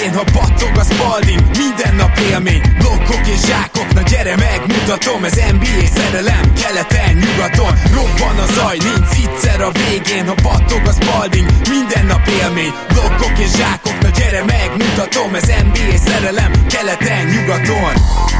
végén, ha battog a Spalding, minden nap élmény, blokkok és zsákok, na gyere megmutatom, ez NBA szerelem, keleten, nyugaton, robban a zaj, nincs egyszer a végén, ha battog a Spalding, minden nap élmény, blokkok és zsákok, na gyere megmutatom, ez NBA szerelem, keleten, nyugaton.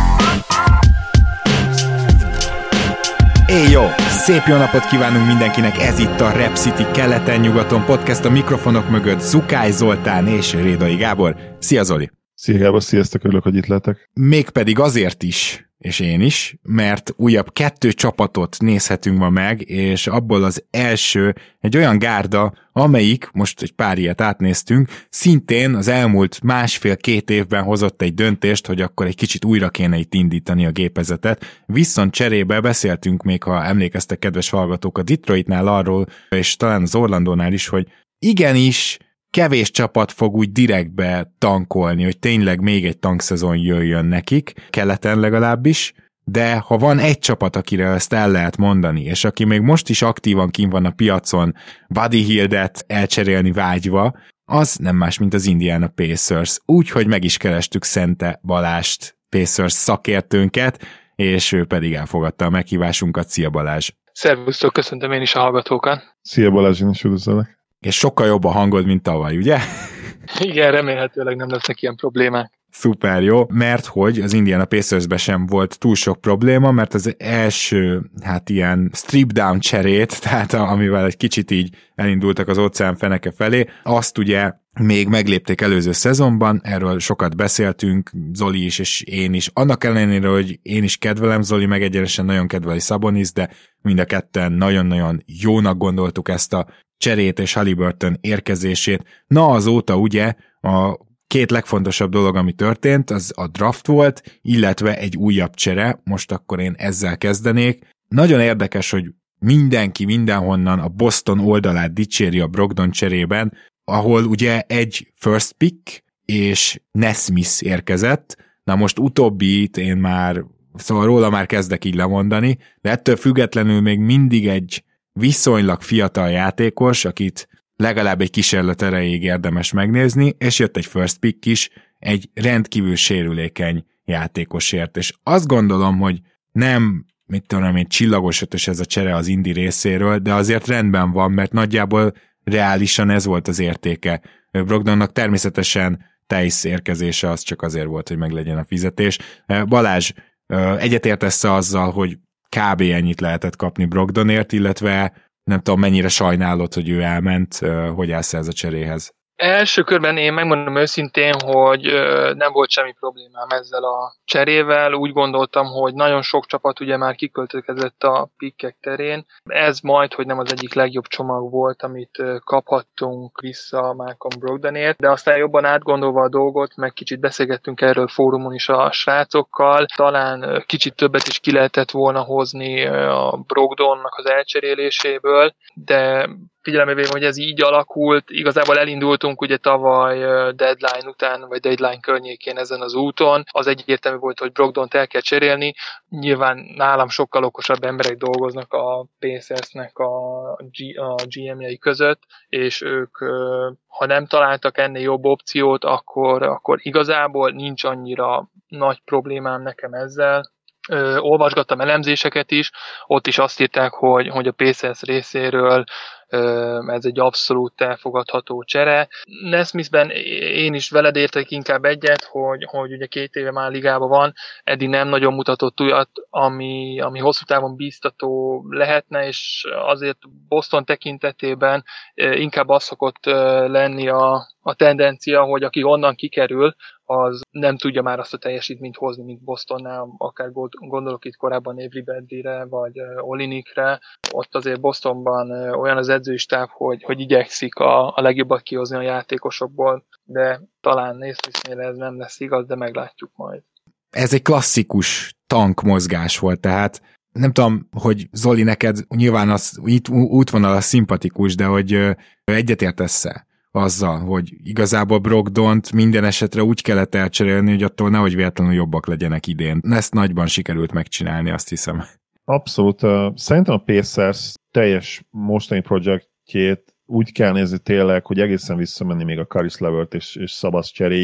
Jó! Szép jó napot kívánunk mindenkinek, ez itt a Rep City keleten-nyugaton podcast, a mikrofonok mögött Zukály Zoltán és Rédai Gábor. Szia Zoli! Szia Gábor, sziasztok, örülök, hogy itt lehetek. Mégpedig azért is, és én is, mert újabb 2 csapatot nézhetünk ma meg, és abból az első egy olyan gárda, amelyik, most egy pár ilyet átnéztünk, szintén az elmúlt 1,5-2 évben hozott egy döntést, hogy akkor egy kicsit újra kéne itt indítani a gépezetet. Viszont cserébe beszéltünk még, ha emlékeztek, kedves hallgatók, a Detroitnál arról, és talán az Orlandónál is, hogy igenis, kevés csapat fog úgy direktbe tankolni, hogy tényleg még egy tankszezon jöjjön nekik, keleten legalábbis, de ha van egy csapat, akire ezt el lehet mondani, és aki még most is aktívan kint van a piacon, Buddy Hieldet elcserélni vágyva, az nem más, mint az Indiana Pacers. Úgyhogy meg is kerestük Szente Balást, Pacers szakértőnket, és ő pedig elfogadta a meghívásunkat. Szia Balázs! Szervusztok, köszöntöm én is a hallgatókat! Szia Balázs, én is üdvözlök! És sokkal jobb a hangod, mint tavaly, ugye? Igen, remélhetőleg nem lesznek ilyen problémák. Szuper jó, mert hogy az Indiana Pacersben sem volt túl sok probléma, mert az első, ilyen strip down cserét, tehát amivel egy kicsit így elindultak az óceán feneke felé, azt ugye még meglépték előző szezonban, erről sokat beszéltünk, Zoli is és én is, annak ellenére, hogy én is kedvelem, Zoli meg egyenesen nagyon kedveli Sabonis, de mind a ketten nagyon-nagyon jónak gondoltuk ezt a cserét és Haliburton érkezését. Na azóta ugye a 2 legfontosabb dolog, ami történt, az a draft volt, illetve egy újabb csere, most akkor én ezzel kezdenék. Nagyon érdekes, hogy mindenki mindenhonnan a Boston oldalát dicséri a Brogdon cserében, ahol ugye egy first pick és Nesmith érkezett. Na most utóbbit én már, szóval róla már kezdek így lemondani, de ettől függetlenül még mindig egy viszonylag fiatal játékos, akit legalább egy kísérlet erejéig érdemes megnézni, és jött egy first pick is, egy rendkívül sérülékeny játékosért, és azt gondolom, hogy nem, csillagos ötös ez a csere az Indy részéről, de azért rendben van, mert nagyjából reálisan ez volt az értéke. Brogdonnak természetesen Theis érkezése az csak azért volt, hogy meglegyen a fizetés. Balázs, egyetértesz azzal, hogy kb. Ennyit lehetett kapni Brogdonért, illetve nem tudom, mennyire sajnálod, hogy ő elment, hogy állsz ez a cseréhez? Első körben én megmondom őszintén, hogy nem volt semmi problémám ezzel a cserével. Úgy gondoltam, hogy nagyon sok csapat ugye már kiköltökezett a pikkek terén. Ez majd, hogy nem az egyik legjobb csomag volt, amit kaphattunk vissza Malcolm Brogdonért, de aztán jobban átgondolva a dolgot, meg kicsit beszélgettünk erről fórumon is a srácokkal. Talán kicsit többet is ki lehetett volna hozni a Brogdonnak az elcseréléséből, de figyelembe véve, hogy ez így alakult, igazából elindultunk ugye tavaly deadline után, vagy deadline környékén ezen az úton. Az egyértelmű volt, hogy Brogdont el kell cserélni. Nyilván nálam sokkal okosabb emberek dolgoznak a Pacersnek a GM-jei között, és ők, ha nem találtak ennél jobb opciót, akkor igazából nincs annyira nagy problémám nekem ezzel. Olvasgattam elemzéseket is, ott is azt írták, hogy a Pacers részéről ez egy abszolút elfogadható csere. Nesmithben én is veled értek inkább egyet, hogy ugye 2 éve már ligában van, eddig nem nagyon mutatott olyat, ami hosszú távon bíztató lehetne, és azért Boston tekintetében inkább az szokott lenni a tendencia, hogy aki onnan kikerül, az nem tudja már azt a teljesítményt hozni, mint Bostonnál, akár gondolok itt korábban Avery Bradleyre, vagy Olinikre. Ott azért Bostonban olyan az edzői stáb, hogy igyekszik a legjobbat kihozni a játékosokból, de talán Nesmithnél ez nem lesz igaz, de meglátjuk majd. Ez egy klasszikus tankmozgás volt, tehát nem tudom, hogy Zoli neked nyilván az útvonal a szimpatikus, de hogy egyetértesz-e azzal, hogy igazából Brogdont minden esetre úgy kellett elcserélni, hogy attól nehogy véletlenül jobbak legyenek idén. Ezt nagyban sikerült megcsinálni, azt hiszem. Abszolút. Szerintem a Pacers teljes mostani projektjét úgy kell nézni tényleg, hogy egészen visszamenni még a Caris Levert és Szabasz cseréig.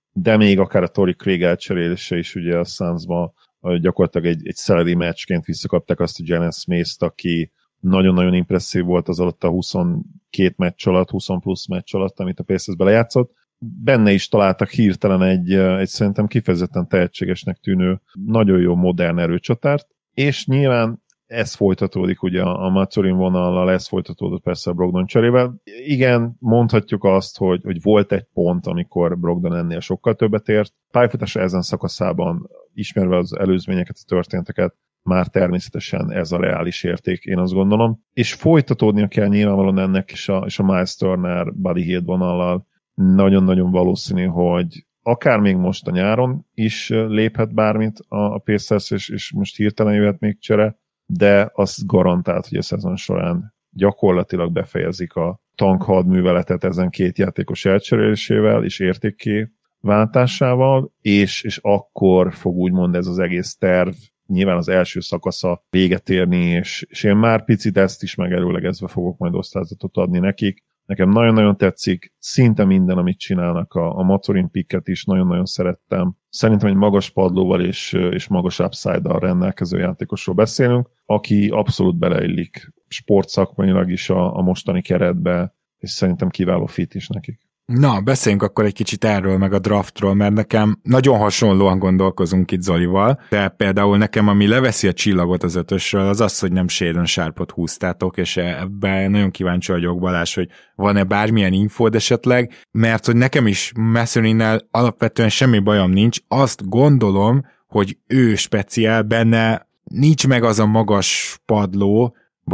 de még akár a Torrey Craig elcserélése is ugye a Sunsba gyakorlatilag egy salary matchként visszakapták azt a Jalen Smith-t, aki nagyon-nagyon impresszív volt az alatt a 22 meccs alatt, 20 plusz meccs alatt, amit a Pacers-be lejátszott. Benne is találtak hirtelen egy szerintem kifejezetten tehetségesnek tűnő, nagyon jó modern erőcsatárt, és nyilván ez folytatódik ugye a Mathurin vonallal, ez folytatódott persze a Brogdon cserével. Igen, mondhatjuk azt, hogy volt egy pont, amikor Brogdon ennél sokkal többet ért. Pályafutása ezen szakaszában, ismerve az előzményeket, a történteket, már természetesen ez a reális érték, én azt gondolom. És folytatódnia kell nyilvánvalóan ennek és a Miles Turner, Buddy Hield vonallal. Nagyon-nagyon valószínű, hogy akár még most a nyáron is léphet bármit a Pacers, és most hirtelen jöhet még csere, de az garantált, hogy a szezon során gyakorlatilag befejezik a tankhadműveletet ezen két játékos elcserélésével és értékké váltásával, és akkor fog úgymond ez az egész terv nyilván az első szakasza véget érni, és én már picit ezt is megerőlegezve fogok majd osztályzatot adni nekik. Nekem nagyon-nagyon tetszik, szinte minden, amit csinálnak, a Mathurin picket is nagyon-nagyon szerettem. Szerintem egy magas padlóval és magas upside-dal rendelkező játékosról beszélünk, aki abszolút beleillik sportszakmailag is a mostani keretbe, és szerintem kiváló fit is nekik. Na, beszéljünk akkor egy kicsit erről, meg a draftról, mert nekem nagyon hasonlóan gondolkozunk itt Zolival, de például nekem, ami leveszi a csillagot az ötösről, az az, hogy nem Shaedon Sharpot húztátok, és ebben nagyon kíváncsi vagyok, Balázs, hogy van-e bármilyen infód esetleg, mert hogy nekem is Mathurinnel alapvetően semmi bajom nincs, azt gondolom, hogy ő speciál, benne nincs meg az a magas padló,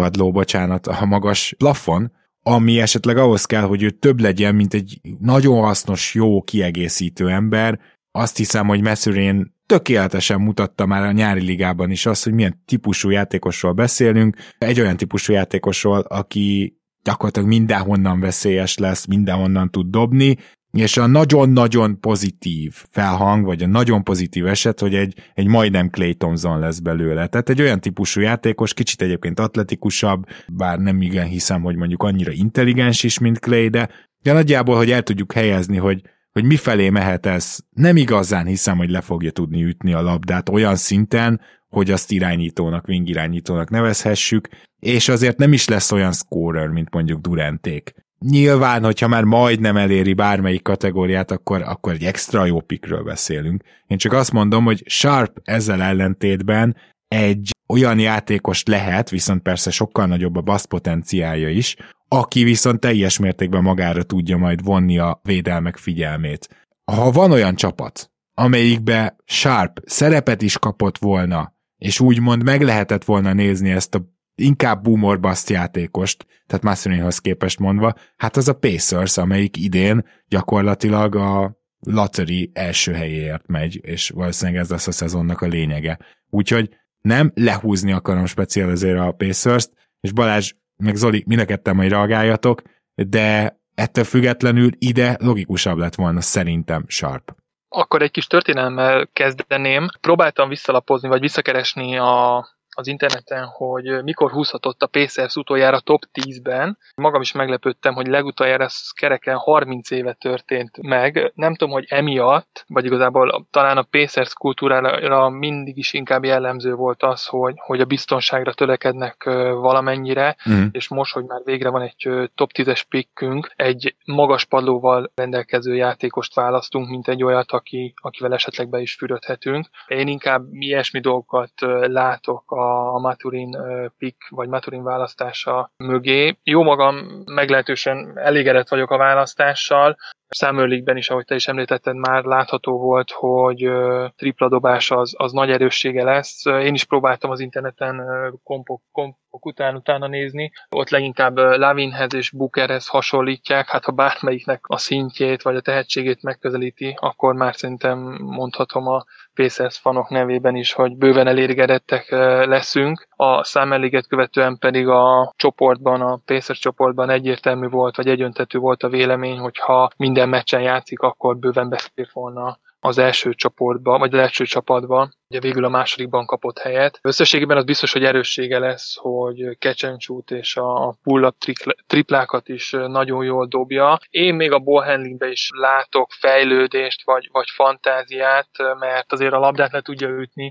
a magas plafon, ami esetleg ahhoz kell, hogy ő több legyen, mint egy nagyon hasznos, jó kiegészítő ember. Azt hiszem, hogy Mathurin tökéletesen mutatta már a nyári ligában is azt, hogy milyen típusú játékosról beszélünk. Egy olyan típusú játékosról, aki gyakorlatilag mindenhonnan veszélyes lesz, mindenhonnan tud dobni, és a nagyon-nagyon pozitív felhang, vagy a nagyon pozitív eset, hogy egy majdnem Klay Thompson lesz belőle. Tehát egy olyan típusú játékos, kicsit egyébként atletikusabb, bár nem igen hiszem, hogy mondjuk annyira intelligens is, mint Klay, de nagyjából, hogy el tudjuk helyezni, hogy mifelé mehet ez, nem igazán hiszem, hogy le fogja tudni ütni a labdát olyan szinten, hogy azt irányítónak, wing irányítónak nevezhessük, és azért nem is lesz olyan scorer, mint mondjuk Duranték. Nyilván, hogyha már majdnem eléri bármelyik kategóriát, akkor egy extra jó pickről beszélünk. Én csak azt mondom, hogy Sharp ezzel ellentétben egy olyan játékos lehet, viszont persze sokkal nagyobb a bassz potenciálja is, aki viszont teljes mértékben magára tudja majd vonni a védelmek figyelmét. Ha van olyan csapat, amelyikbe Sharp szerepet is kapott volna, és úgymond meg lehetett volna nézni ezt a inkább boomer bust játékost, tehát Mathurinhoz képest mondva, hát az a Pacers, amelyik idén gyakorlatilag a lottery első helyéért megy, és valószínűleg ez lesz a szezonnak a lényege. Úgyhogy nem lehúzni akarom speciál azért a Pacers-t, és Balázs, meg Zoli, mind a ketten majd reagáljatok, de ettől függetlenül ide logikusabb lett volna szerintem Sharp. Akkor egy kis történelemmel kezdeném. Próbáltam visszalapozni, vagy visszakeresni az interneten, hogy mikor húzhatott a Pacers utoljára top 10-ben. Magam is meglepődtem, hogy legutoljára ez kereken 30 éve történt meg. Nem tudom, hogy emiatt, vagy igazából talán a Pacers kultúrára mindig is inkább jellemző volt az, hogy a biztonságra törekednek valamennyire, és most, hogy már végre van egy top 10-es pickünk, egy magas padlóval rendelkező játékost választunk, mint egy olyat, akivel esetleg be is fürödhetünk. Én inkább ilyesmi dolgokat látok a Mathurin pick, vagy Mathurin választása mögé. Jó magam, meglehetősen elégedett vagyok a választással. Summer League-ben is, ahogy te is említetted, már látható volt, hogy tripla dobás az nagy erőssége lesz. Én is próbáltam az interneten kompok utána nézni. Ott leginkább Lavinhez és Bookerhez hasonlítják, hát ha bármelyiknek a szintjét vagy a tehetségét megközelíti, akkor már szerintem mondhatom a Pacers fanok nevében is, hogy bőven elégedettek leszünk. A Summer League-et követően pedig a Pacers csoportban egyértelmű volt, vagy egyöntetű volt a vélemény, hogyha minden meccsen játszik, akkor bőven beszélt volna az első csoportba, vagy az első csapatba. ugye végül a másodikban kapott helyet. Összességében az biztos, hogy erőssége lesz, hogy catch and shoot és a pull-up triplákat is nagyon jól dobja. Én még a ball handlingbe is látok fejlődést vagy fantáziát, mert azért a labdát le tudja ütni,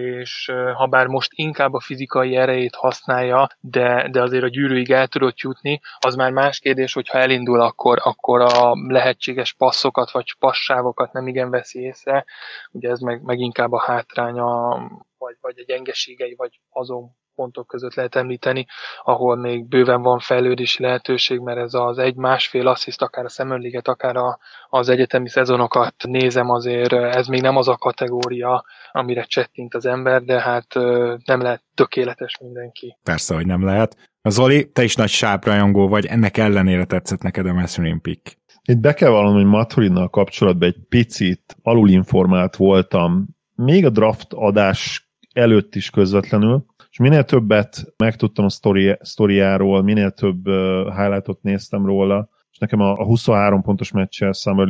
és ha bár most inkább a fizikai erejét használja, de azért a gyűrűig el tudott jutni, az már más kérdés, hogyha elindul, akkor a lehetséges passzokat vagy passávokat nem igen veszi észre. Ugye ez meg inkább a hátránya, vagy a gyengeségei, vagy azon pontok között lehet említeni, ahol még bőven van fejlődési lehetőség, mert ez az 1-1,5 assziszt, akár a Summer League-et, akár az egyetemi szezonokat nézem, azért ez még nem az a kategória, amire csettint az ember, de hát nem lehet tökéletes mindenki. Persze, hogy nem lehet. Zoli, te is nagy sáprajongó vagy, ennek ellenére tetszett neked a Mathurin pick. Itt be kell vallanom, hogy Mathurinnal kapcsolatban egy picit alulinformált voltam, még a draft adás előtt is közvetlenül, és minél többet megtudtam a sztoriáról, minél több highlightot néztem róla, és nekem a 23 pontos meccse Summer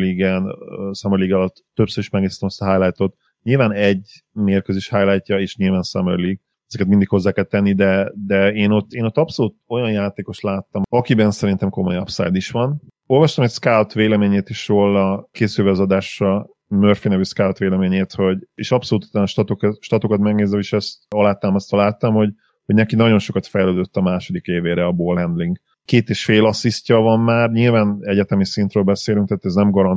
League alatt többször is megnéztem azt a highlightot. Nyilván egy mérkőzés highlightja, és nyilván Summer League. Ezeket mindig hozzá kell tenni, de én ott abszolút olyan játékos láttam, akiben szerintem komoly upside is van. Olvastam egy scout véleményét is róla, készülve az adásra, Murphy nevű scout véleményét, és abszolút utána statokat megnézve is ezt találtam, hogy neki nagyon sokat fejlődött a második évére a ball handling. 2,5 asszisztja van már, nyilván egyetemi szintről beszélünk, tehát ez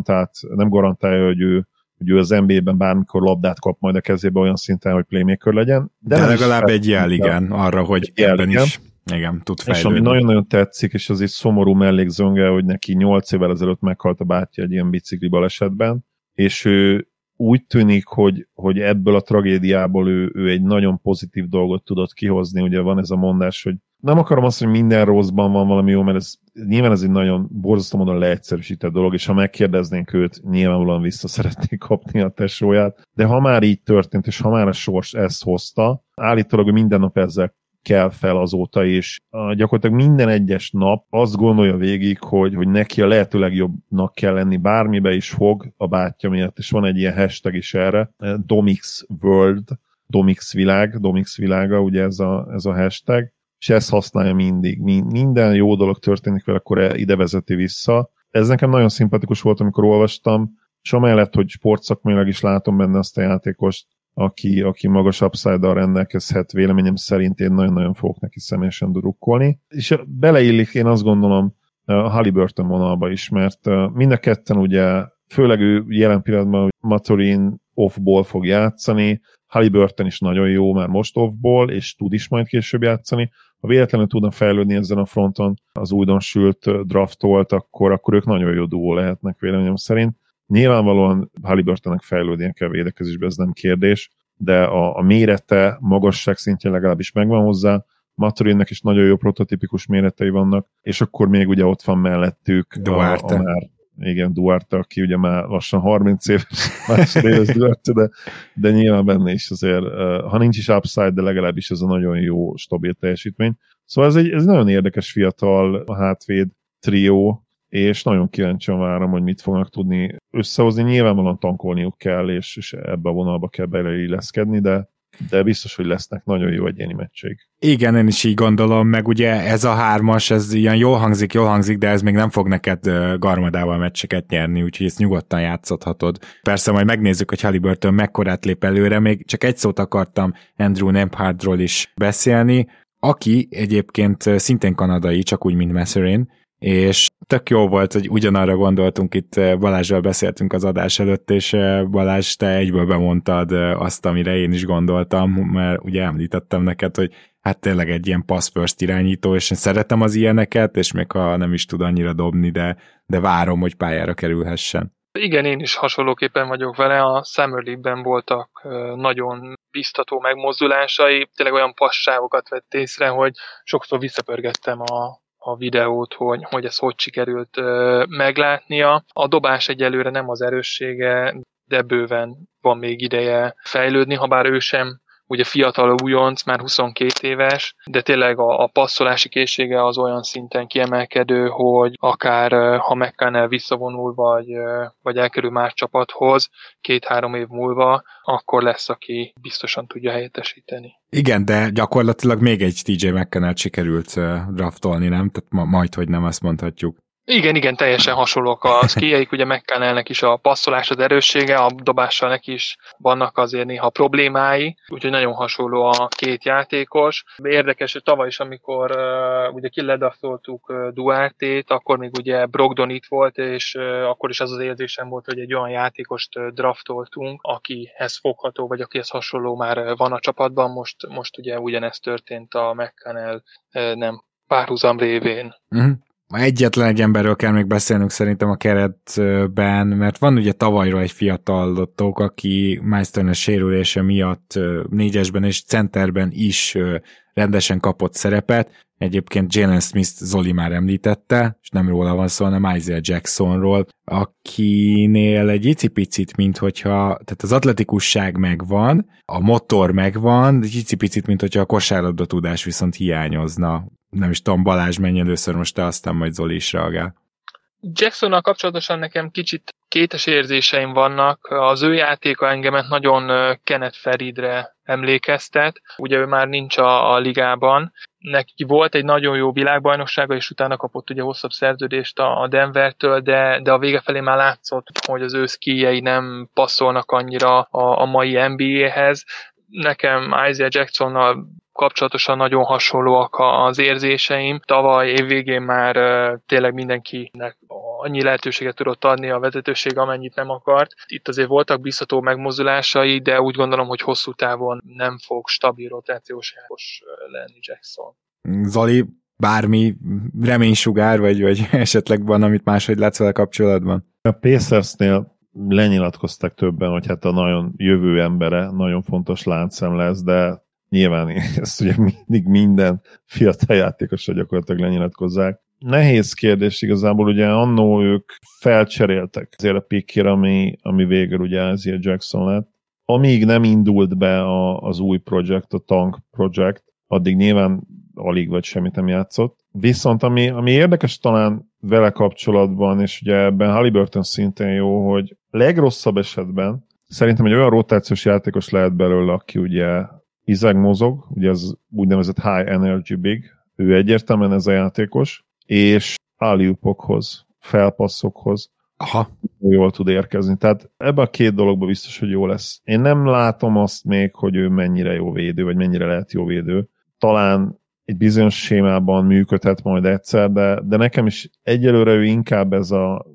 nem garantálja, hogy ő az NBA-ben bármikor labdát kap majd a kezébe olyan szinten, hogy playmaker legyen. De legalább egy jel, igen, arra, hogy ebben is tud fejlődni. És ami nagyon-nagyon tetszik, és az egy szomorú mellékzönge, hogy neki 8 évvel ezelőtt meghalt a bátyja egy ilyen bicikli balesetben, és ő úgy tűnik, hogy ebből a tragédiából ő egy nagyon pozitív dolgot tudott kihozni. Ugye van ez a mondás, hogy nem akarom azt, hogy minden rosszban van valami jó, mert nyilván ez egy nagyon borzasztó módon leegyszerűsített dolog, és ha megkérdeznénk őt, nyilvánvalóan vissza szeretnék kapni a tesóját. De ha már így történt, és ha már a sors ezt hozta, állítólag minden nap ezzel kell fel azóta, és gyakorlatilag minden egyes nap azt gondolja végig, hogy neki a lehető legjobbnak kell lenni, bármibe is fog a bátyja miatt, és van egy ilyen hashtag is erre, Domix World, Domix világa, ugye ez a hashtag, és ezt használja mindig. Minden jó dolog történik vele, akkor ide vezeti vissza. Ez nekem nagyon szimpatikus volt, amikor olvastam, és amellett, hogy sportszakmailag is látom benne azt a játékost, aki magas upside-dal rendelkezhet, véleményem szerint én nagyon-nagyon fogok neki személyesen drukkolni. És beleillik, én azt gondolom, a Haliburton vonalba is, mert mind a ketten ugye, főleg ő jelen pillanatban Mathurin off-ball fog játszani, Haliburton is nagyon jó már most off-ball, és tud is majd később játszani. Ha véletlenül tudna fejlődni ezen a fronton, az újdonsült draftolt, akkor ők nagyon jó duó lehetnek véleményem szerint. Nyilvánvalóan Haliburtonnak fejlődnie kell védekezésbe, ez nem kérdés, de a mérete, magasság szintjén legalábbis megvan hozzá, Mathurinnek is nagyon jó prototípikus méretei vannak, és akkor még ugye ott van mellettük Duarte, aki ugye már lassan 30 éves, másodéves Duarte, de nyilván benne is azért, ha nincs is upside, de legalábbis ez a nagyon jó, stabil teljesítmény. Szóval ez nagyon érdekes fiatal hátvéd trió, és nagyon kíváncsian várom, hogy mit fognak tudni összehozni. Nyilvánvalóan tankolniuk kell, és ebbe a vonalba kell beleilleszkedni, de biztos, hogy lesznek nagyon jó egyéni meccseik. Igen, én is így gondolom, meg ugye ez a 3-as, ez ilyen jól hangzik, de ez még nem fog neked garmadával meccseket nyerni, úgyhogy ezt nyugodtan játszhatod. Persze majd megnézzük, hogy Haliburton mekkorát lép előre, még csak egy szót akartam Andrew Nembhardról is beszélni, aki egyébként szintén kanadai, csak úgy, mint Mathurin, és tök jó volt, hogy ugyanarra gondoltunk, itt Balázsral beszéltünk az adás előtt, és Balázs, te egyből bemondtad azt, amire én is gondoltam, mert ugye említettem neked, hogy hát tényleg egy ilyen pass first irányító, és én szeretem az ilyeneket, és még ha nem is tud annyira dobni, de várom, hogy pályára kerülhessen. Igen, én is hasonlóképpen vagyok vele, a Summer League-ben voltak nagyon biztató megmozdulásai, tényleg olyan passávokat vett észre, hogy sokszor visszapörgettem a videót, hogy ez hogy sikerült meglátnia. A dobás egyelőre nem az erőssége, de bőven van még ideje fejlődni, ha bár ő sem ugye fiatal újonc, már 22 éves, de tényleg a passzolási készsége az olyan szinten kiemelkedő, hogy akár ha McConnell visszavonul, vagy elkerül más csapathoz 2-3 év múlva, akkor lesz, aki biztosan tudja helyettesíteni. Igen, de gyakorlatilag még egy TJ McConnell sikerült draftolni, nem? Tehát majd, hogy nem azt mondhatjuk. Igen, teljesen hasonlók a skieik, ugye McConnellnek is a passzolás az erőssége, a dobással neki is vannak azért néha problémái, úgyhogy nagyon hasonló a két játékos. Érdekes, hogy tavaly is, amikor ugye kiledraftoltuk Duarte-t, akkor még ugye Brogdon itt volt, és akkor is az érzésem volt, hogy egy olyan játékost draftoltunk, akihez fogható, vagy akihez hasonló már van a csapatban, most ugye ugyanezt történt a McConnell nem párhuzam révén. Uh-huh. Egyetlen egy emberről kell még beszélnünk szerintem a keretben, mert van ugye tavalyról egy fiatal tók, aki Miles Turner sérülése miatt 4-esben és centerben is rendesen kapott szerepet. Egyébként Jalen Smith Zoli már említette, és nem róla van szó, hanem Isaiah Jacksonról, akinél egy icipicit, tehát az atletikusság megvan, a motor megvan, egy icipicit, mint hogyha a kosárlabda tudás viszont hiányozna. Nem is tudom, Balázs, menj először most te, aztán majd Zoli is reagál. Jacksonnal kapcsolatosan nekem kicsit kétes érzéseim vannak. Az ő játéka engemet nagyon Kenneth Faridre emlékeztet. Ugye ő már nincs a ligában. Neki volt egy nagyon jó világbajnoksága, és utána kapott ugye hosszabb szerződést a Denvertől, de a vége felé már látszott, hogy az ő skijei nem passzolnak annyira a mai NBA-hez. Nekem Isaiah Jacksonnal kapcsolatosan nagyon hasonlóak az érzéseim. Tavaly évvégén már tényleg mindenkinek annyi lehetőséget tudott adni a vezetőség, amennyit nem akart. Itt azért voltak biztató megmozdulásai, de úgy gondolom, hogy hosszú távon nem fog stabil rotációs játékos lenni Jackson. Zoli, bármi reménysugár, vagy esetleg van, amit máshogy látsz vele kapcsolatban? A Pacersnél lenyilatkoztak többen, hogy hát a nagyon jövő embere, nagyon fontos láncszem lesz, de nyilván ezt ugye mindig minden fiatal játékosra gyakorlatilag lenyilatkozzák. Nehéz kérdés igazából, ugye annó ők felcseréltek azért a pickére, ami végül ugye Isaiah Jackson lett. Amíg nem indult be az új projekt, a Tank Project, addig nyilván alig vagy semmit nem játszott. Viszont ami érdekes talán vele kapcsolatban, és ugye ebben Haliburton szintén jó, hogy legrosszabb esetben szerintem egy olyan rotációs játékos lehet belőle, aki ugye Izeg mozog, ugye az úgynevezett high energy big, ő egyértelműen ez a játékos, és alley-oopokhoz, felpasszokhoz jól tud érkezni. Tehát ebben a két dologban biztos, hogy jó lesz. Én nem látom azt még, hogy ő mennyire jó védő, vagy mennyire lehet jó védő. Talán egy bizonyos sémában működhet majd egyszer, de nekem is egyelőre ő inkább ez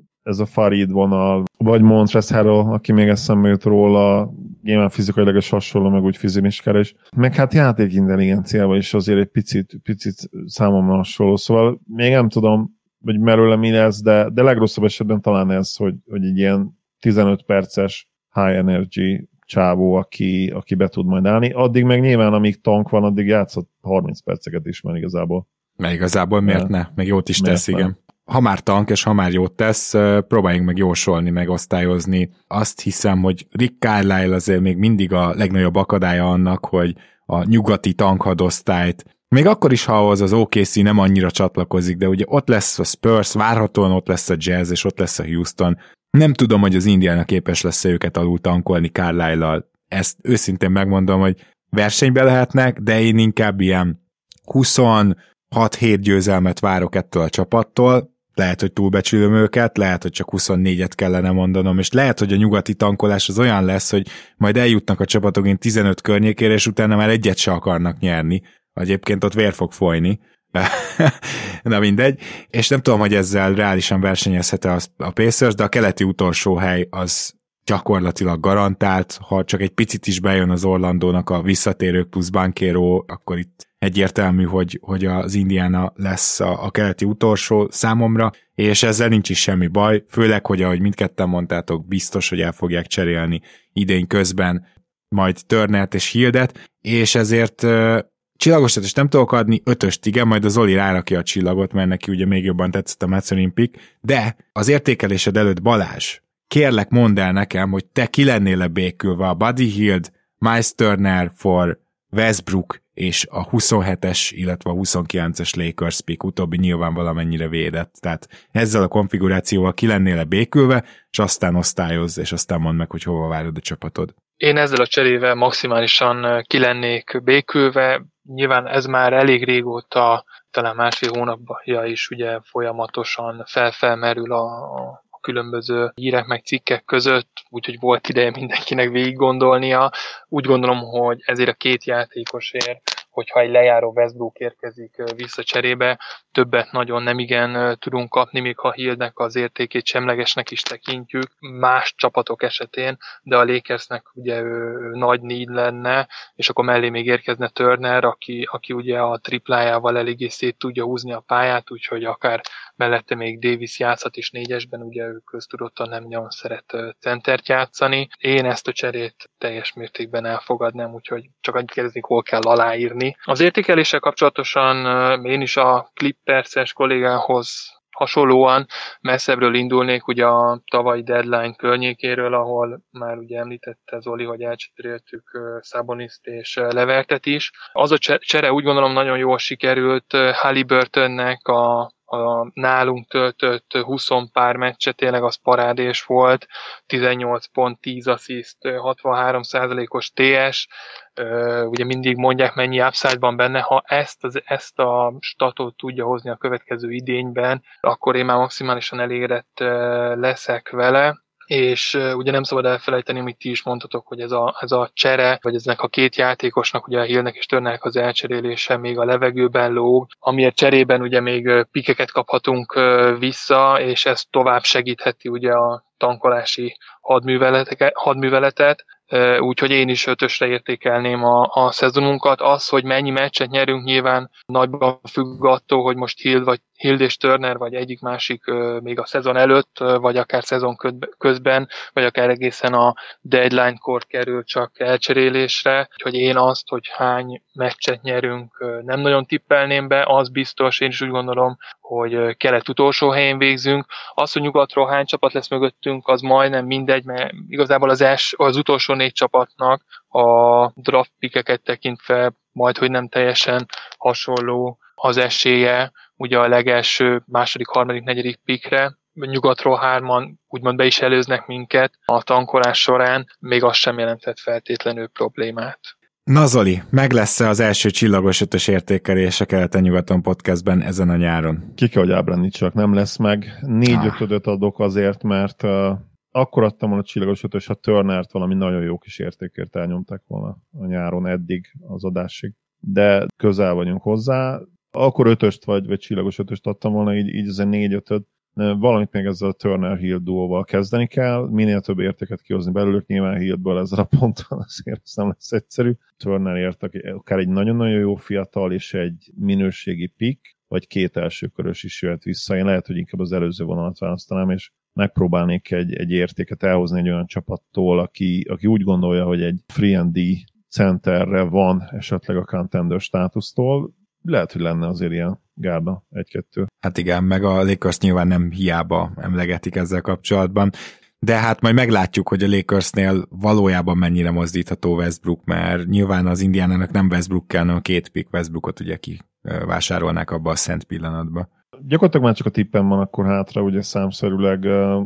a Farid vonal, vagy Montrezl Harrell, aki még eszembe jut róla, nyilván fizikailag is hasonló, meg úgy fizimiskára is. Meg hát játékintelligenciával is azért egy picit számomra hasonló. Szóval még nem tudom, hogy merőle mi lesz, de legrosszabb esetben talán ez, hogy egy ilyen 15 perces high energy csávó, aki be tud majd állni. Addig meg nyilván, amíg tank van, addig játszott 30 perceket is már igazából. Mert igazából miért ne? Meg jót is tesz, igen. Ha már tank, és ha már jót tesz, próbáljunk meg jósolni, meg osztályozni. Azt hiszem, hogy Rick Carlisle azért még mindig a legnagyobb akadálya annak, hogy a nyugati tankhadosztályt, még akkor is, ha az OKC nem annyira csatlakozik, de ugye ott lesz a Spurs, várhatóan ott lesz a Jazz, és ott lesz a Houston. Nem tudom, hogy az Indiana képes lesz őket alul tankolni Carlisle-lal. Ezt őszintén megmondom, hogy versenybe lehetnek, de én inkább ilyen 26-7 győzelmet várok ettől a csapattól. Lehet, hogy túlbecsülöm őket, lehet, hogy csak 24-et kellene mondanom, és lehet, hogy a nyugati tankolás az olyan lesz, hogy majd eljutnak a csapatok 15 környékére, és utána már egyet se akarnak nyerni. Egyébként ott vér fog folyni. Na mindegy. És nem tudom, hogy ezzel reálisan versenyezhet-e a Pacers, de a keleti utolsó hely az gyakorlatilag garantált. Ha csak egy picit is bejön az Orlandónak a visszatérők plusz Banchero, akkor itt egyértelmű, hogy az Indiana lesz a keleti utolsó számomra, és ezzel nincs is semmi baj, főleg, hogy ahogy mindketten mondtátok, biztos, hogy el fogják cserélni idén közben majd Turnert és Hildet, és ezért csillagosat is nem tudok adni, 5-öst igen, majd a Zoli rárakja a csillagot, mert neki ugye még jobban tetszett a Mathurin pick, de az értékelésed előtt Balázs, kérlek mondd el nekem, hogy te ki lennél békülve a Buddy Hield, Miles Turner for Westbrook és a 27-es, illetve a 29-es Lakers pick, utóbbi nyilván valamennyire védett. Tehát ezzel a konfigurációval ki lennél békülve, és aztán osztályozz, és aztán mondd meg, hogy hova várod a csapatod. Én ezzel a cserével maximálisan ki lennék békülve. Nyilván ez már elég régóta, talán másfél hónapban is ugye folyamatosan felmerül a különböző hírek meg cikkek között, úgyhogy volt ideje mindenkinek végig gondolnia. Úgy gondolom, hogy ezért a két játékosért, hogyha egy lejáró Westbrook érkezik vissza cserébe, többet nagyon nem igen tudunk kapni, még ha Hieldnek az értékét semlegesnek is tekintjük más csapatok esetén, de a Lakersnek ugye nagy need lenne, és akkor mellé még érkezne Turner, aki ugye a triplájával eléggé szét tudja húzni a pályát, úgyhogy akár mellette még Davis játszhat is négyesben, ugye ő köztudottan nem nagyon szeret centert játszani. Én ezt a cserét teljes mértékben elfogadnám, úgyhogy csak annyit kérdezni, hol kell aláírni. Az értékeléssel kapcsolatosan én is a Clippers-es kollégához hasonlóan messzebbről indulnék, ugye a tavalyi deadline környékéről, ahol már ugye említette Zoli, hogy elcseréltük Szaboniszt és Levertet is. Az a csere úgy gondolom nagyon jól sikerült, Haliburtonnek a nálunk töltött 20 pár meccse, tényleg az parádés volt, 18 pont, 10 assziszt, 63%-os TS, ugye mindig mondják, mennyi upside van benne, ha ezt a statot tudja hozni a következő idényben, akkor én már maximálisan elégedett leszek vele. És ugye nem szabad elfelejteni, amit ti is mondtatok, hogy ez a csere, vagy eznek a két játékosnak, ugye a Hieldnek és Turnernek az elcserélése még a levegőben lóg, amiért cserében ugye még pikeket kaphatunk vissza, és ez tovább segítheti ugye a tankolási hadműveletet, úgyhogy én is 5-ösre értékelném a szezonunkat. Az, hogy mennyi meccset nyerünk, nyilván nagyban függ attól, hogy most Hield és Turner, vagy egyik-másik még a szezon előtt, vagy akár szezon közben, vagy akár egészen a deadline-kor kerül csak elcserélésre. Úgyhogy én azt, hogy hány meccset nyerünk, nem nagyon tippelném be, az biztos, én is úgy gondolom, hogy kelet utolsó helyén végzünk. Az, hogy nyugatról hány csapat lesz mögöttünk, az majdnem mindegy, mert igazából az utolsó 4 csapatnak a draft pickeket tekintve majdhogy nem teljesen hasonló az esélye, ugye a legelső, második, harmadik, negyedik pickre. Nyugatról 3-an úgymond be is előznek minket a tankolás során, még az sem jelentett feltétlenül problémát. Na Zoli, meg lesz-e az első csillagos 5-ös értékelés a Keleten-nyugaton podcastben ezen a nyáron? Ki kell, hogy ábrándítsak, nem lesz meg. 4/5 adok azért, mert akkor adtam volna a csillagos 5-ös, ha Turnert valami nagyon jó kis értékért elnyomták volna a nyáron eddig az adásig. De közel vagyunk hozzá. Akkor 5-öst vagy csillagos 5-öst adtam volna, így ez a 4/5. Valamit még ezzel a Turner-Hield duóval kezdeni kell, minél több értéket kihozni belőlük, nyilván Hieldből ezzel a ponton azért ez nem lesz egyszerű. Turnerért akár egy nagyon-nagyon jó fiatal és egy minőségi pick, vagy 2 elsőkörös is jöhet vissza. Én lehet, hogy inkább az előző vonalat választanám, és megpróbálnék egy értéket elhozni egy olyan csapattól, aki úgy gondolja, hogy egy free and D centerre van esetleg a contender státusztól. Lehet, hogy lenne azért ilyen gárda 1-2. Hát igen, meg a Lakers nyilván nem hiába emlegetik ezzel kapcsolatban, de hát majd meglátjuk, hogy a Lakersnél valójában mennyire mozdítható Westbrook, mert nyilván az Indiánának nem Westbrook kell, hanem a 2 pick Westbrookot ugye kivásárolnák abba a szent pillanatba. Gyakorlatilag már csak a tippem van akkor hátra, ugye számszerűleg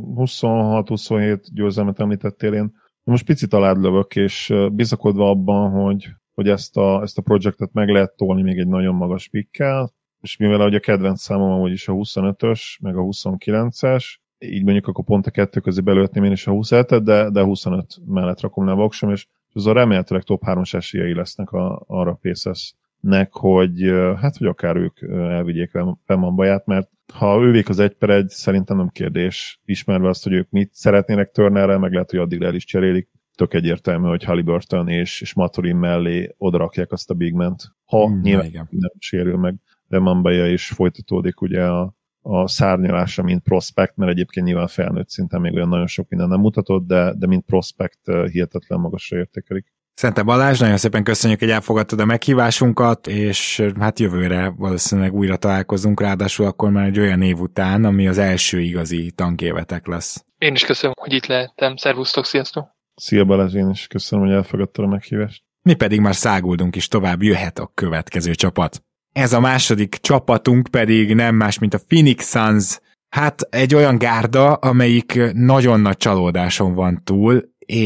26-27 győzelmet említettél én. Most picit alád lövök, és bizakodva abban, hogy ezt a projektet meg lehet tolni még egy nagyon magas pickkel, és mivel ugye a kedvenc számom amúgy is a 25-ös, meg a 29-es, így mondjuk akkor pont a 2 közé belőhetném én is a 27-et, de 25 mellett rakom le a voksom, és azon remélhetőleg top 3-as esélyei lesznek arra Pacers-nek, hogy akár ők elvigyék Wembanyamát, mert ha ővék az 1/1, szerintem nem kérdés, ismerve azt, hogy ők mit szeretnének Turnerrel, meg lehet, hogy addigra el is cserélik. Tök egyértelmű, hogy Haliburton és Maturin mellé odarakják azt a bigment. Ha nyilván nem sérül meg Wembanyama, és folytatódik ugye a szárnyalása, mint prospect, mert egyébként nyilván felnőtt szinten még olyan nagyon sok minden nem mutatott, de mint prospect hihetetlen magasra értékelik. Szente Balázs, nagyon szépen köszönjük, hogy elfogadtad a meghívásunkat, és hát jövőre valószínűleg újra találkozunk, ráadásul akkor már egy olyan év után, ami az első igazi tankévetek lesz. Én is köszönöm, hogy itt lehettem. Szervusztok, sziasztok! Szia Balázs, én is köszönöm, hogy elfogadtad a meghívást. Mi pedig már száguldunk is tovább, jöhet a következő csapat. Ez a második csapatunk pedig nem más, mint a Phoenix Suns. Hát egy olyan gárda, amelyik nagyon nagy csalódáson van túl,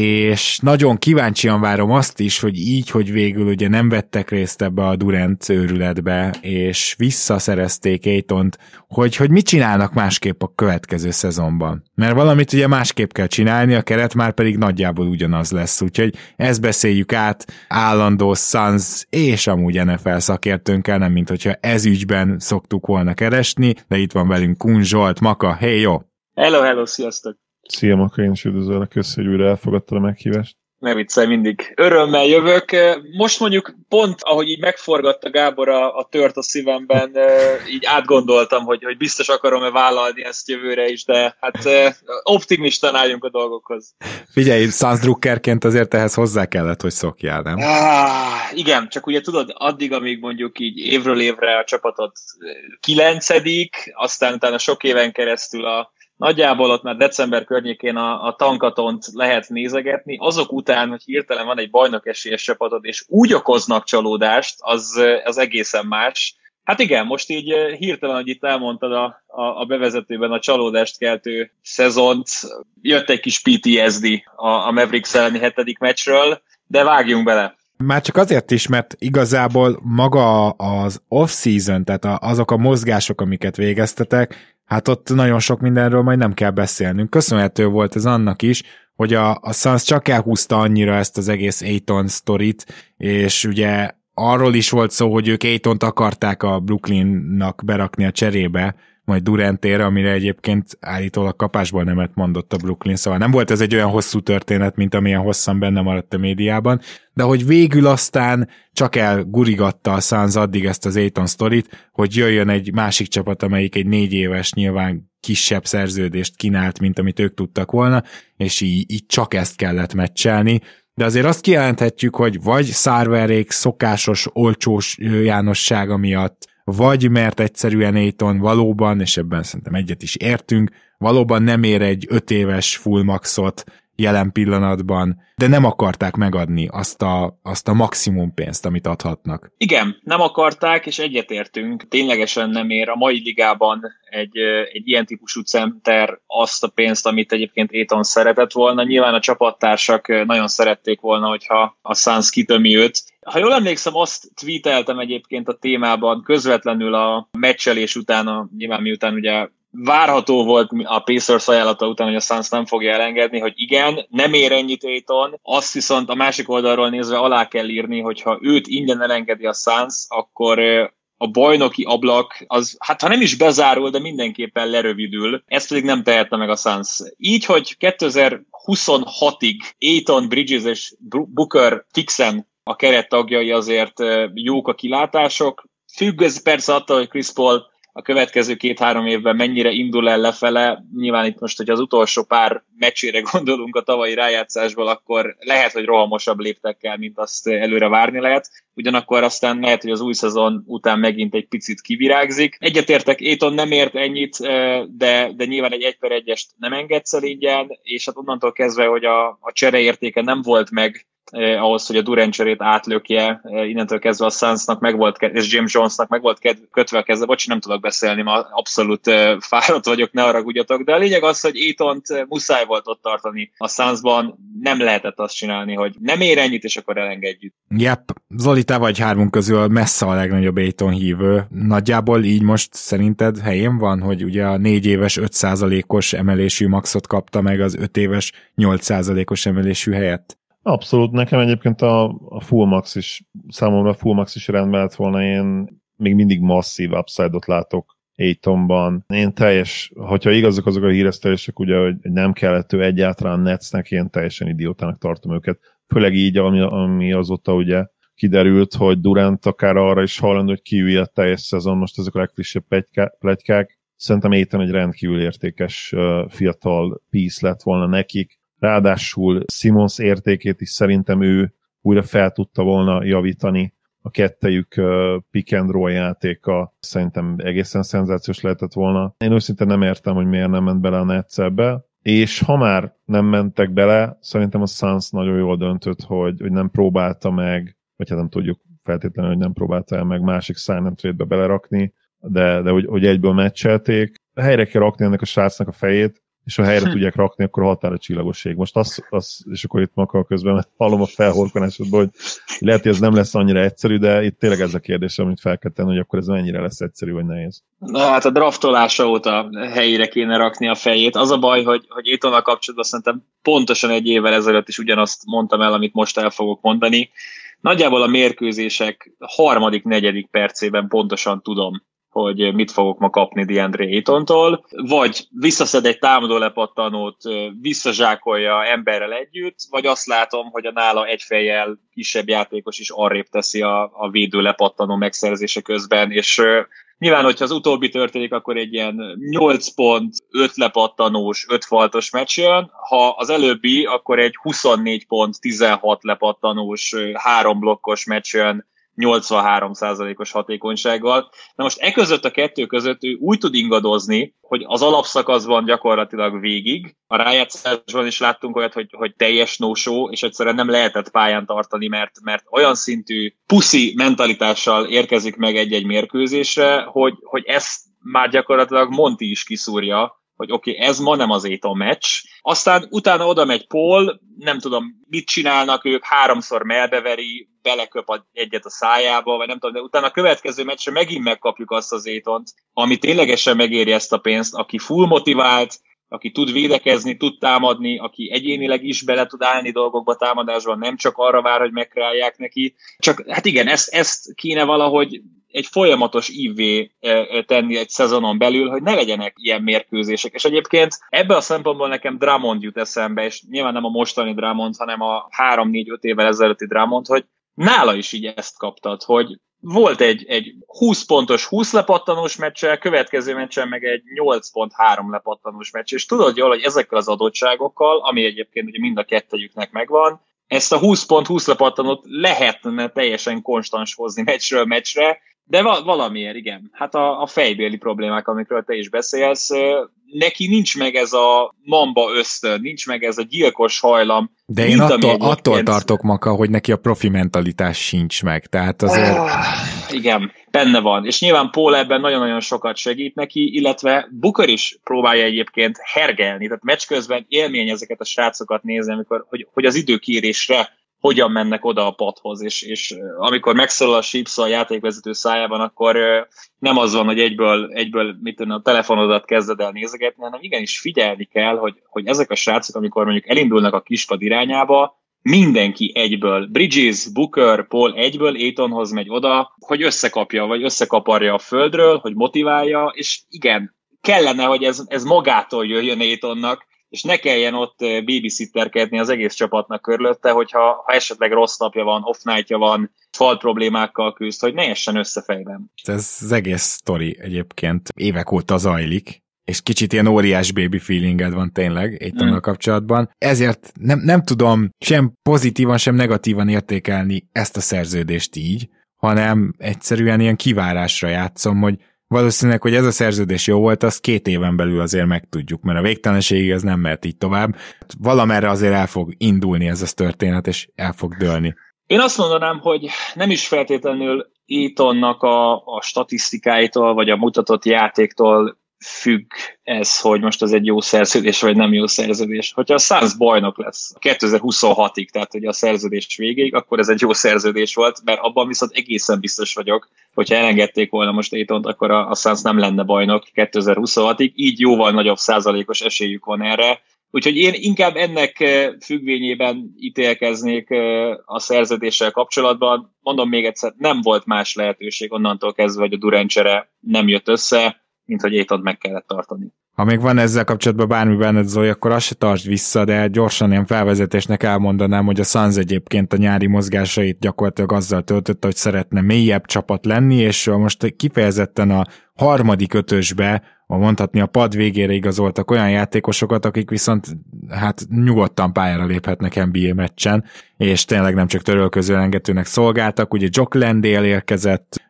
és nagyon kíváncsian várom azt is, hogy így, hogy végül ugye nem vettek részt ebbe a Durant őrületbe, és visszaszerezték Aytont, hogy mit csinálnak másképp a következő szezonban. Mert valamit ugye másképp kell csinálni, a keret már pedig nagyjából ugyanaz lesz, úgyhogy ezt beszéljük át állandó Suns és amúgy NFL szakértőnkkel, nem mint hogyha ez ügyben szoktuk volna keresni, de itt van velünk Kun Zsolt, Maka, hey jó! Hello, sziasztok! Szia, Maka, én is üdvözöllek, köszönjük, hogy újra elfogadtad a meghívást. Ne viccelj, mindig örömmel jövök. Most mondjuk pont, ahogy így megforgatta Gábor a tört a szívemben, így átgondoltam, hogy biztos akarom-e vállalni ezt jövőre is, de hát optimistán álljunk a dolgokhoz. Figyelj, Suns drukkerként azért ehhez hozzá kellett, hogy szokjál, nem? Igen, csak ugye tudod, addig, amíg mondjuk így évről évre a csapatot 9., aztán utána sok éven keresztül nagyjából ott már december környékén a tankatont lehet nézegetni, azok után, hogy hirtelen van egy bajnok esélyes csapatod, és úgy okoznak csalódást, az egészen más. Hát igen, most így hirtelen, hogy itt elmondtad a bevezetőben a csalódást keltő szezont, jött egy kis PTSD a Mavericks elleni 7. meccsről, de vágjunk bele. Már csak azért is, mert igazából maga az off-season, tehát azok a mozgások, amiket végeztetek, hát ott nagyon sok mindenről majd nem kell beszélnünk. Köszönhető volt ez annak is, hogy a Suns csak elhúzta annyira ezt az egész Ayton sztorit, és ugye arról is volt szó, hogy ők Aytont akarták a Brooklynnak berakni a cserébe, majd Durantére, amire egyébként állítólag kapásból nemet mondott a Brooklyn, szóval nem volt ez egy olyan hosszú történet, mint amilyen hosszan benne maradt a médiában, de hogy végül aztán csak elgurigatta a Suns addig ezt az Ayton sztorit, hogy jöjjön egy másik csapat, amelyik egy 4 éves nyilván kisebb szerződést kínált, mint amit ők tudtak volna, és így csak ezt kellett meccselni, de azért azt kijelenthetjük, hogy vagy Sarverék szokásos olcsós Jánossága miatt, vagy mert egyszerűen Ayton valóban, és ebben szerintem egyet is értünk, valóban nem ér egy 5 éves full maxot jelen pillanatban, de nem akarták megadni azt a maximum pénzt, amit adhatnak. Igen, nem akarták, és egyetértünk. Ténylegesen nem ér a mai ligában egy ilyen típusú center azt a pénzt, amit egyébként Ayton szeretett volna. Nyilván a csapattársak nagyon szerették volna, hogyha a Suns kitömi őt. Ha jól emlékszem, azt tweeteltem egyébként a témában közvetlenül a meccselés után, nyilván miután ugye várható volt a Pacers ajánlata után, hogy a Suns nem fogja elengedni, hogy igen, nem ér ennyit Ayton, azt viszont a másik oldalról nézve alá kell írni, hogyha őt ingyen elengedi a Suns, akkor a bajnoki ablak az, hát ha nem is bezárul, de mindenképpen lerövidül. Ezt pedig nem tehette meg a Suns. Így, hogy 2026-ig Ayton, Bridges és Booker fixen a keret tagjai, azért jók a kilátások. Függ ez persze attól, hogy Chris Paul a következő 2-3 évben mennyire indul el lefele. Nyilván itt most, hogy az utolsó pár meccsére gondolunk a tavalyi rájátszásból, akkor lehet, hogy rohamosabb léptekkel, mint azt előre várni lehet. Ugyanakkor aztán lehet, hogy az új szezon után megint egy picit kivirágzik. Egyetértek, Ayton nem ért ennyit, de nyilván egy 1/1-est nem engedsz el ingyen, és hát onnantól kezdve, hogy a csereértéke nem volt meg ahhoz, hogy a Durant cserét átlökje, innentől kezdve a Sunsnak meg volt, és James Jonesnak meg volt kötve a kezdve, bocsi, nem tudok beszélni, ma abszolút fáradt vagyok, ne haragudjatok, de a lényeg az, hogy Aytont muszáj volt ott tartani a Sunsban, nem lehetett azt csinálni, hogy nem ér ennyit, és akkor elengedjük. Yep, Zoli, te vagy 3 közül messze a legnagyobb Ayton hívő. Nagyjából így most szerinted helyén van, hogy ugye a 4 éves 5%-os emelésű maxot kapta meg az 5 éves 8%-os emelésű helyett? Abszolút, nekem egyébként a full max is, számomra a full max is rendben lett volna, én még mindig masszív upside-ot látok Aytonban. Én hogyha igazak azok a híresztelések, ugye, hogy nem kellett ő egyáltalán Netsnek, én teljesen idiótának tartom őket. Főleg így, ami azóta ugye kiderült, hogy Durant akár arra is hajlandó, hogy kiülje a teljes szezon, most ezek a legfrissebb pletykák. Szerintem Ayton egy rendkívül értékes fiatal piece lett volna nekik. Ráadásul Simmons értékét is szerintem ő újra fel tudta volna javítani. A kettejük pick and roll játéka szerintem egészen szenzációs lehetett volna. Én őszintén nem értem, hogy miért nem ment bele a Nets ebbe. és ha már nem mentek bele, szerintem a Suns nagyon jól döntött, hogy nem próbálta meg, vagy hát nem tudjuk feltétlenül, hogy nem próbálta el meg másik sign and trade-be belerakni, de hogy egyből meccselték. Helyre kell rakni ennek a srácnak a fejét, és ha helyre tudják rakni, akkor határa csillagoség. Most és akkor itt makar közben, mert hallom a felhorkanásodból, hogy lehet, hogy ez nem lesz annyira egyszerű, de itt tényleg ez a kérdés, amit fel kell tenni, hogy akkor ez mennyire lesz egyszerű, vagy nehéz. Na hát a draftolása óta helyére kéne rakni a fejét. Az a baj, hogy Aytonnal kapcsolatban szerintem pontosan egy évvel ezelőtt is ugyanazt mondtam el, amit most el fogok mondani. Nagyjából a mérkőzések harmadik, negyedik percében pontosan tudom, hogy mit fogok ma kapni DeAndre Aytontól, vagy visszaszed egy támadó lepattanót, visszazsákolja emberrel együtt, vagy azt látom, hogy a nála egy fejjel kisebb játékos is arrébb teszi a védő lepattanó megszerzése közben, és nyilván, hogyha az utóbbi történik, akkor egy ilyen 8 pont, 5 lepattanós, 5 faltos meccs jön, ha az előbbi, akkor egy 24 pont, 16 lepattanós, 3 blokkos meccs jön, 83%-os hatékonysággal. Na most között a kettő között ő úgy tud ingadozni, hogy az alapszakaszban gyakorlatilag végig. A rájátszásban is láttunk olyat, hogy teljes no-show, és egyszerűen nem lehetett pályán tartani, mert olyan szintű puszi mentalitással érkezik meg egy-egy mérkőzésre, hogy ezt már gyakorlatilag Monty is kiszúrja, hogy oké, ez ma nem az Ayton meccs. Aztán utána oda megy Paul, nem tudom, mit csinálnak ők, 3-szor melbeveri, beleköp egyet a szájába, vagy nem tudom, de utána a következő meccsre megint megkapjuk azt az Aytont, ami ténylegesen megéri ezt a pénzt, aki full motivált, aki tud védekezni, tud támadni, aki egyénileg is bele tud állni dolgokba támadásban, nem csak arra vár, hogy megkreálják neki. Csak hát igen, ezt kéne valahogy egy folyamatos ívvé tenni egy szezonon belül, hogy ne legyenek ilyen mérkőzések. És egyébként ebben a szempontból nekem Drummond jut eszembe, és nyilván nem a mostani Drummond, hanem a 3-4-5 évvel ezelőtti Drummond, hogy nála is így ezt kaptad, hogy volt egy 20 pontos 20 lepattanós meccsel, következő meccsen meg egy 8 pont 3 lepattanós meccs, és tudod jól, hogy ezekkel az adottságokkal, ami egyébként ugye mind a kettőjüknek megvan, ezt a 20 pont 20 lepattanót lehetne teljesen konstans hozni meccsről meccsre, de valamiért, igen. Hát a fejbéli problémák, amikről te is beszélsz, neki nincs meg ez a mamba ösztön, nincs meg ez a gyilkos hajlam. De én attól tartok, Maka, hogy neki a profi mentalitás sincs meg, tehát azért... Igen, benne van. És nyilván Paul ebben nagyon-nagyon sokat segít neki, illetve Booker is próbálja egyébként hergelni, tehát meccs közben élmény ezeket a srácokat nézni, amikor, hogy az időkérésre hogyan mennek oda a padhoz, és amikor megszólal a Sheeps a játékvezető szájában, akkor nem az van, hogy egyből mit tudom, a telefonodat kezded el nézegetni, hanem igenis figyelni kell, hogy ezek a srácok, amikor mondjuk elindulnak a kispad irányába, mindenki egyből, Bridges, Booker, Paul egyből Aytonhoz megy oda, hogy összekapja, vagy összekaparja a földről, hogy motiválja, és igen, kellene, hogy ez magától jöjjön Aytonnak, és ne kelljen ott babysitterkedni az egész csapatnak körülötte, hogyha esetleg rossz napja van, off nightja van, fal problémákkal küzd, hogy ne essen össze fejben. Ez az egész sztori egyébként évek óta zajlik, és kicsit ilyen óriás baby feelinged van tényleg Aytonnal kapcsolatban. Ezért nem tudom sem pozitívan, sem negatívan értékelni ezt a szerződést így, hanem egyszerűen ilyen kivárásra játszom, hogy valószínűleg, hogy ez a szerződés jó volt, azt 2 éven belül azért megtudjuk, mert a végtelenségig ez nem mehet így tovább. Valamerre azért el fog indulni ez a történet, és el fog dőlni. Én azt mondanám, hogy nem is feltétlenül Aytonnak a statisztikáitól, vagy a mutatott játéktól függ ez, hogy most ez egy jó szerződés, vagy nem jó szerződés. Hogyha a Suns bajnok lesz 2026-ig, tehát hogy a szerződés végéig, akkor ez egy jó szerződés volt, mert abban viszont egészen biztos vagyok, hogyha elengedték volna most Aytont, akkor a Suns nem lenne bajnok 2026-ig, így jóval nagyobb százalékos esélyük van erre. Úgyhogy én inkább ennek függvényében ítélkeznék a szerződéssel kapcsolatban. Mondom még egyszer, nem volt más lehetőség onnantól kezdve, hogy a Durant csere nem jött össze, mint hogy Aytont meg kellett tartani. Ha még van ezzel kapcsolatban bármi benned, Zoli, akkor azt se tartsd vissza, de gyorsan ilyen felvezetésnek elmondanám, hogy a Suns egyébként a nyári mozgásait gyakorlatilag azzal töltötte, hogy szeretne mélyebb csapat lenni, és most kifejezetten a harmadik ötösbe, mondhatni a pad végére igazoltak olyan játékosokat, akik viszont hát nyugodtan pályára léphetnek NBA meccsen, és tényleg nem csak törölköző rengetőnek szolgáltak, ugye Jock Landale érkezett,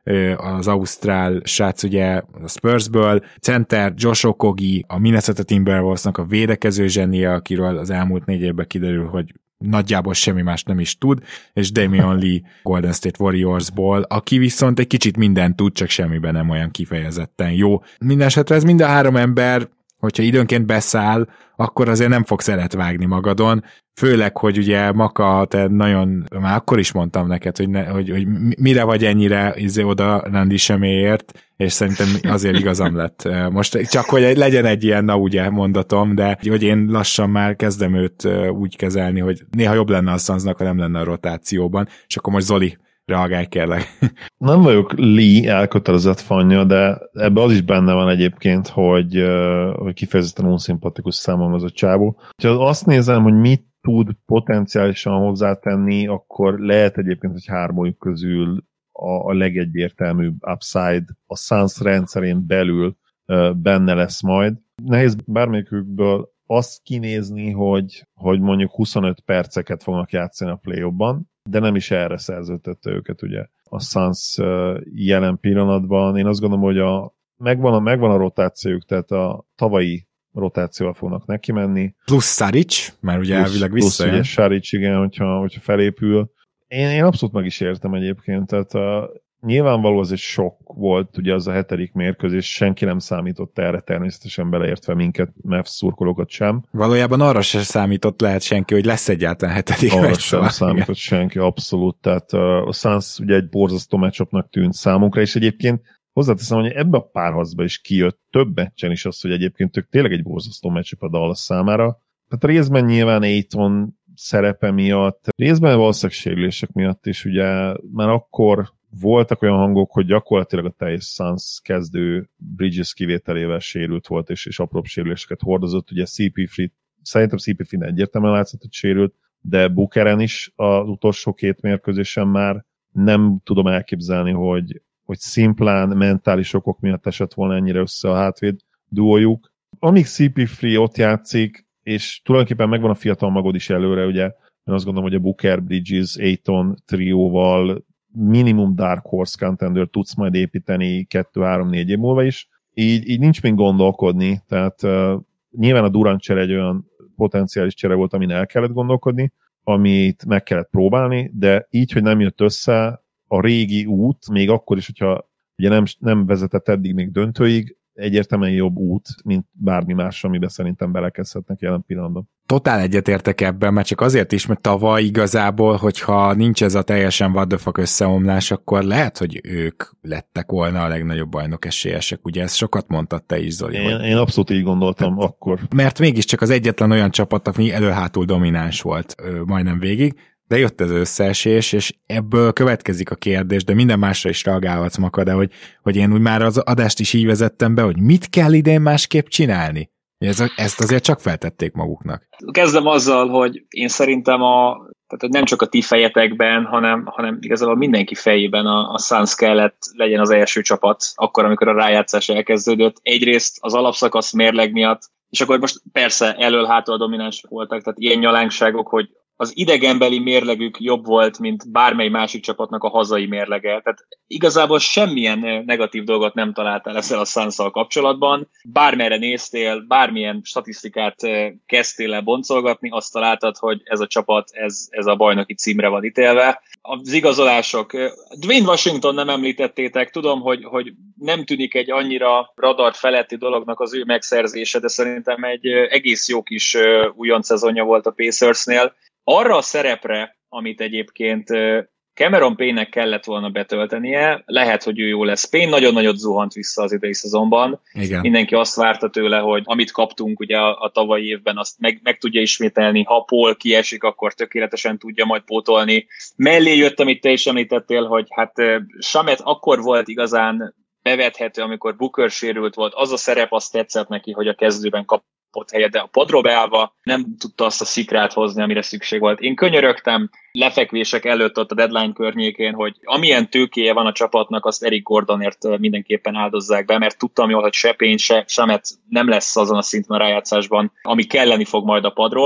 az ausztrál srác ugye a Spursből, center Josh Okogie, a Minnesota Timberwolvesnak a védekező zsenie, akiről az elmúlt 4 évben kiderül, hogy nagyjából semmi más nem is tud, és Damian Lee Golden State Warriorsból, aki viszont egy kicsit mindent tud, csak semmiben nem olyan kifejezetten jó. Mindenesetre ez mind a 3 ember, hogyha időnként beszáll, akkor azért nem fogsz vágni magadon, főleg, hogy ugye Maka, te nagyon, már akkor is mondtam neked, hogy mire vagy ennyire oda Randy Seméért, és szerintem azért igazam lett. Most csak, hogy legyen egy ilyen, na ugye mondatom, de hogy én lassan már kezdem őt úgy kezelni, hogy néha jobb lenne a Sunsnak, ha nem lenne a rotációban, és akkor most Zoli, reagálj kérlek. Nem vagyok Lee elkötelezett fanja, de ebbe az is benne van egyébként, hogy kifejezetten unszimpatikus számomra az a csávó. Ha azt nézem, hogy mit tud potenciálisan hozzátenni, akkor lehet egyébként, hogy 3 közül a legegyértelműbb upside a Suns rendszerén belül benne lesz majd. Nehéz bármelyikükből azt kinézni, hogy mondjuk 25 perceket fognak játszani a play-offban, de nem is erre szerződtette őket ugye a Suns jelen pillanatban. Én azt gondolom, hogy megvan a rotációjuk, tehát a tavalyi rotációval fognak neki menni. Plusz Saric, mert ugye elvileg visszajön. Plusz ugye Saric, igen, hogyha felépül. Én abszolút meg is értem egyébként, tehát nyilvánvaló az egy sok volt, ugye az a 7. mérkőzés, senki nem számított erre, természetesen beleértve minket, Mavs szurkolókat sem. Valójában arra sem számított lehet senki, hogy lesz egyáltalán 7. Arra meccs. sem számított senki, abszolút, tehát a Suns ugye egy borzasztó matchupnak tűnt számunkra, és egyébként hozzáteszem, hogy ebbe a párharcba is kijött több meccsen is az, hogy egyébként ők tényleg egy borzasztó matchup a Dallas számára. Tehát részben nyilván Ayton szerepe miatt, részben valószínűleg sérülések miatt is, ugye már akkor voltak olyan hangok, hogy gyakorlatilag a teljes Suns kezdő Bridges kivételével sérült volt, és apróbb sérüléseket hordozott. Ugye szerintem CP3 egyértelműen látszott, hogy sérült, de Bookeren is az utolsó 2 mérkőzésen már nem tudom elképzelni, hogy szimplán mentális okok miatt esett volna ennyire össze a hátvéd duójuk. Amíg CP3 ott játszik, és tulajdonképpen megvan a fiatal magod is előre, ugye, én azt gondolom, hogy a Booker, Bridges, Ayton trióval minimum Dark Horse contender tudsz majd építeni 2-3-4 év múlva is. Így nincs még gondolkodni, tehát nyilván a Durant csere egy olyan potenciális csere volt, amin el kellett gondolkodni, amit meg kellett próbálni, de így, hogy nem jött össze a régi út, még akkor is, hogyha ugye nem vezetett eddig még döntőig, egyértelműen jobb út, mint bármi más, amiben szerintem belekezdhetnek jelen pillanatban. Totál egyetértek ebben, mert csak azért is, mert tavaly igazából, hogyha nincs ez a teljesen what the fuck összeomlás, akkor lehet, hogy ők lettek volna a legnagyobb bajnok esélyesek. Ugye ezt sokat mondtad te is, Zoli. Én abszolút így gondoltam akkor. Mert mégiscsak az egyetlen olyan csapat, ami elő-hátul domináns volt majdnem végig, de jött ez összeesés, és ebből következik a kérdés, de minden másra is reagálhatsz, Maka, de hogy én úgy már az adást is így vezettem be, hogy mit kell idén másképp csinálni? Ezt azért csak feltették maguknak. Kezdem azzal, hogy én szerintem tehát nem csak a ti fejetekben, hanem igazából mindenki fejében a Suns kellett legyen az első csapat, akkor, amikor a rájátszás elkezdődött. Egyrészt az alapszakasz mérleg miatt, és akkor most persze elől-hátul dominánsok voltak, tehát ilyen nyalánkságok, hogy az idegenbeli mérlegük jobb volt, mint bármely másik csapatnak a hazai mérlege. Tehát igazából semmilyen negatív dolgot nem találtál ezzel a Suns-szal kapcsolatban. Bármerre néztél, bármilyen statisztikát kezdtél el boncolgatni, azt találtad, hogy ez a csapat, ez a bajnoki címre van ítélve. Az igazolások, Dwayne Washington nem említettétek, tudom, hogy nem tűnik egy annyira radar feletti dolognak az ő megszerzése, de szerintem egy egész jó kis újonc szezonja volt a Pacersnél. Arra a szerepre, amit egyébként Cameron Payne-nek kellett volna betöltenie, lehet, hogy ő jó lesz. Payne nagyon-nagyon zuhant vissza az idei szezonban. Igen. Mindenki azt várta tőle, hogy amit kaptunk ugye a tavalyi évben, azt meg tudja ismételni. Ha Paul kiesik, akkor tökéletesen tudja majd pótolni. Mellé jött, amit te is említettél, hogy hát Shamet akkor volt igazán bevethető, amikor Booker sérült volt. Az a szerep, azt tetszett neki, hogy a kezdőben kapott helyet, de a padról beállva nem tudta azt a szikrát hozni, amire szükség volt. Én könyörögtem lefekvések előtt ott a deadline környékén, hogy amilyen tőkéje van a csapatnak, azt Eric Gordonért mindenképpen áldozzák be, mert tudtam jól, hogy se Payne, se Shamet nem lesz azon a szinten a rájátszásban, ami kelleni fog majd a padról.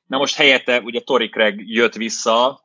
Na most helyette ugye Torrey Craig jött vissza,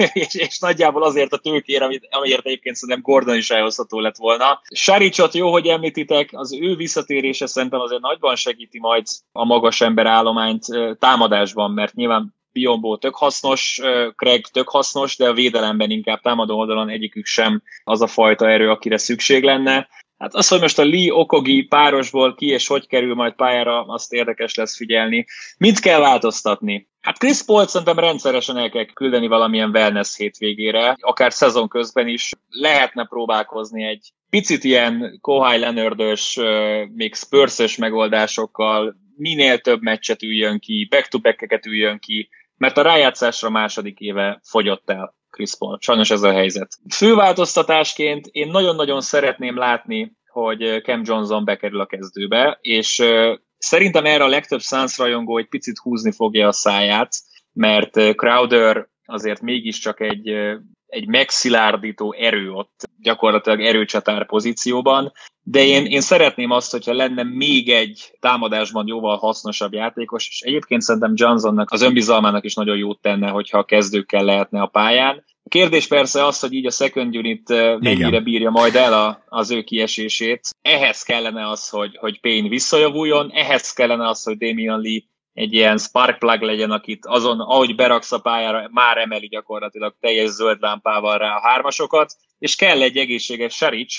és nagyjából azért a tőkér, amiért egyébként szerintem Gordon is elhozható lett volna. Saricot jó, hogy említitek, az ő visszatérése szerintem azért nagyban segíti majd a magas ember állományt támadásban, mert nyilván Biyombo tök hasznos, Craig tök hasznos, de a védelemben inkább támadó oldalon egyikük sem az a fajta erő, akire szükség lenne. Hát az, hogy most a Lee-Okogie párosból ki és hogy kerül majd pályára, azt érdekes lesz figyelni. Mit kell változtatni? Hát Chris Paul-t szerintem rendszeresen el kell küldeni valamilyen wellness hétvégére, akár szezon közben is lehetne próbálkozni egy picit ilyen Kawhi Leonard-ös, még Spurs-ös megoldásokkal, minél több meccset üljön ki, back-to-back-eket üljön ki, mert a rájátszásra második éve fogyott el Chris Paul. Sajnos ez a helyzet. Főváltoztatásként én nagyon-nagyon szeretném látni, hogy Cam Johnson bekerül a kezdőbe, és szerintem erre a legtöbb Suns rajongó egy picit húzni fogja a száját, mert Crowder azért mégiscsak egy megszilárdító erő ott, gyakorlatilag erőcsatár pozícióban, de én szeretném azt, hogyha lenne még egy támadásban jóval hasznosabb játékos, és egyébként szerintem Johnsonnak az önbizalmának is nagyon jót tenne, hogyha a kezdőkkel lehetne a pályán. A kérdés persze az, hogy így a second unit mennyire bírja majd el az ő kiesését. Ehhez kellene az, hogy Payne visszajavuljon, ehhez kellene az, hogy Damian Lee egy ilyen spark plug legyen, akit azon, ahogy beraksz a pályára, már emeli gyakorlatilag teljes zöld lámpával rá a hármasokat, és kell egy egészséges Saric,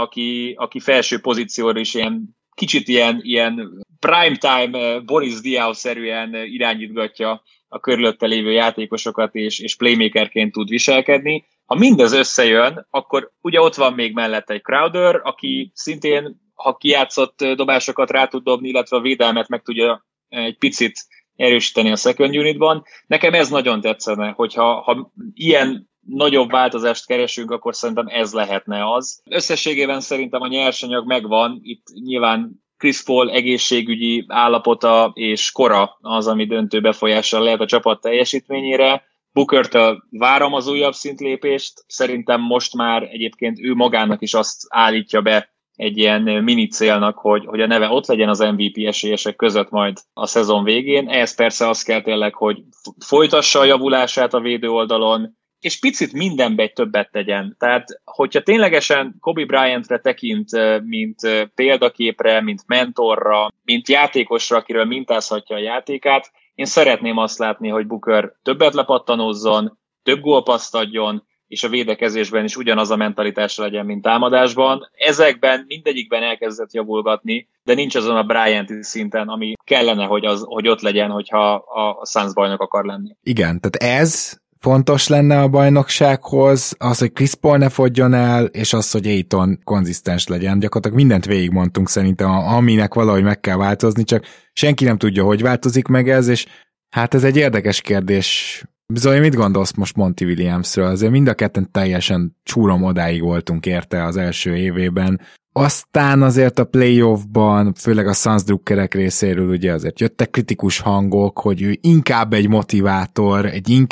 aki felső pozícióra is kicsit ilyen primetime Boris Diaw-szerűen irányítgatja a körülötte lévő játékosokat, és playmakerként tud viselkedni. Ha mindez összejön, akkor ugye ott van még mellett egy Crowder, aki szintén, ha kijátszott dobásokat rá tud dobni, illetve a védelmet meg tudja egy picit erősíteni a second unitban. Nekem ez nagyon tetszene, hogyha ilyen nagyobb változást keresünk, akkor szerintem ez lehetne az. Összességében szerintem a nyersanyag megvan, itt nyilván Chris Paul egészségügyi állapota és kora az, ami döntő befolyással lehet a csapat teljesítményére. Bookertől várom az újabb szintlépést, szerintem most már egyébként ő magának is azt állítja be egy ilyen mini célnak, hogy a neve ott legyen az MVP esélyesek között majd a szezon végén. Ehhez persze az kell tényleg, hogy folytassa a javulását a védő oldalon, és picit mindenbe egy többet tegyen. Tehát, hogyha ténylegesen Kobe Bryantre tekint, mint példaképre, mint mentorra, mint játékosra, akiről mintázhatja a játékát, én szeretném azt látni, hogy Booker többet lepattanózzon, több gólpasszt adjon, és a védekezésben is ugyanaz a mentalitásra legyen, mint támadásban. Ezekben mindegyikben elkezdett javulgatni, de nincs azon a Bryanti szinten, ami kellene, hogy ott legyen, hogyha a Suns bajnok akar lenni. Igen, tehát ez fontos lenne a bajnoksághoz, az, hogy Chris Paul ne fogjon el, és az, hogy Ayton konzisztens legyen. Gyakorlatilag mindent végigmondtunk szerintem, aminek valahogy meg kell változni, csak senki nem tudja, hogy változik meg ez, és hát ez egy érdekes kérdés. Bizony, mit gondolsz most Monty Williamsről? Azért mind a ketten teljesen csúrom odáig voltunk érte az első évében. Aztán azért a playoffban, főleg a Suns drukkerek részéről ugye azért jöttek kritikus hangok, hogy ő inkább egy motivátor,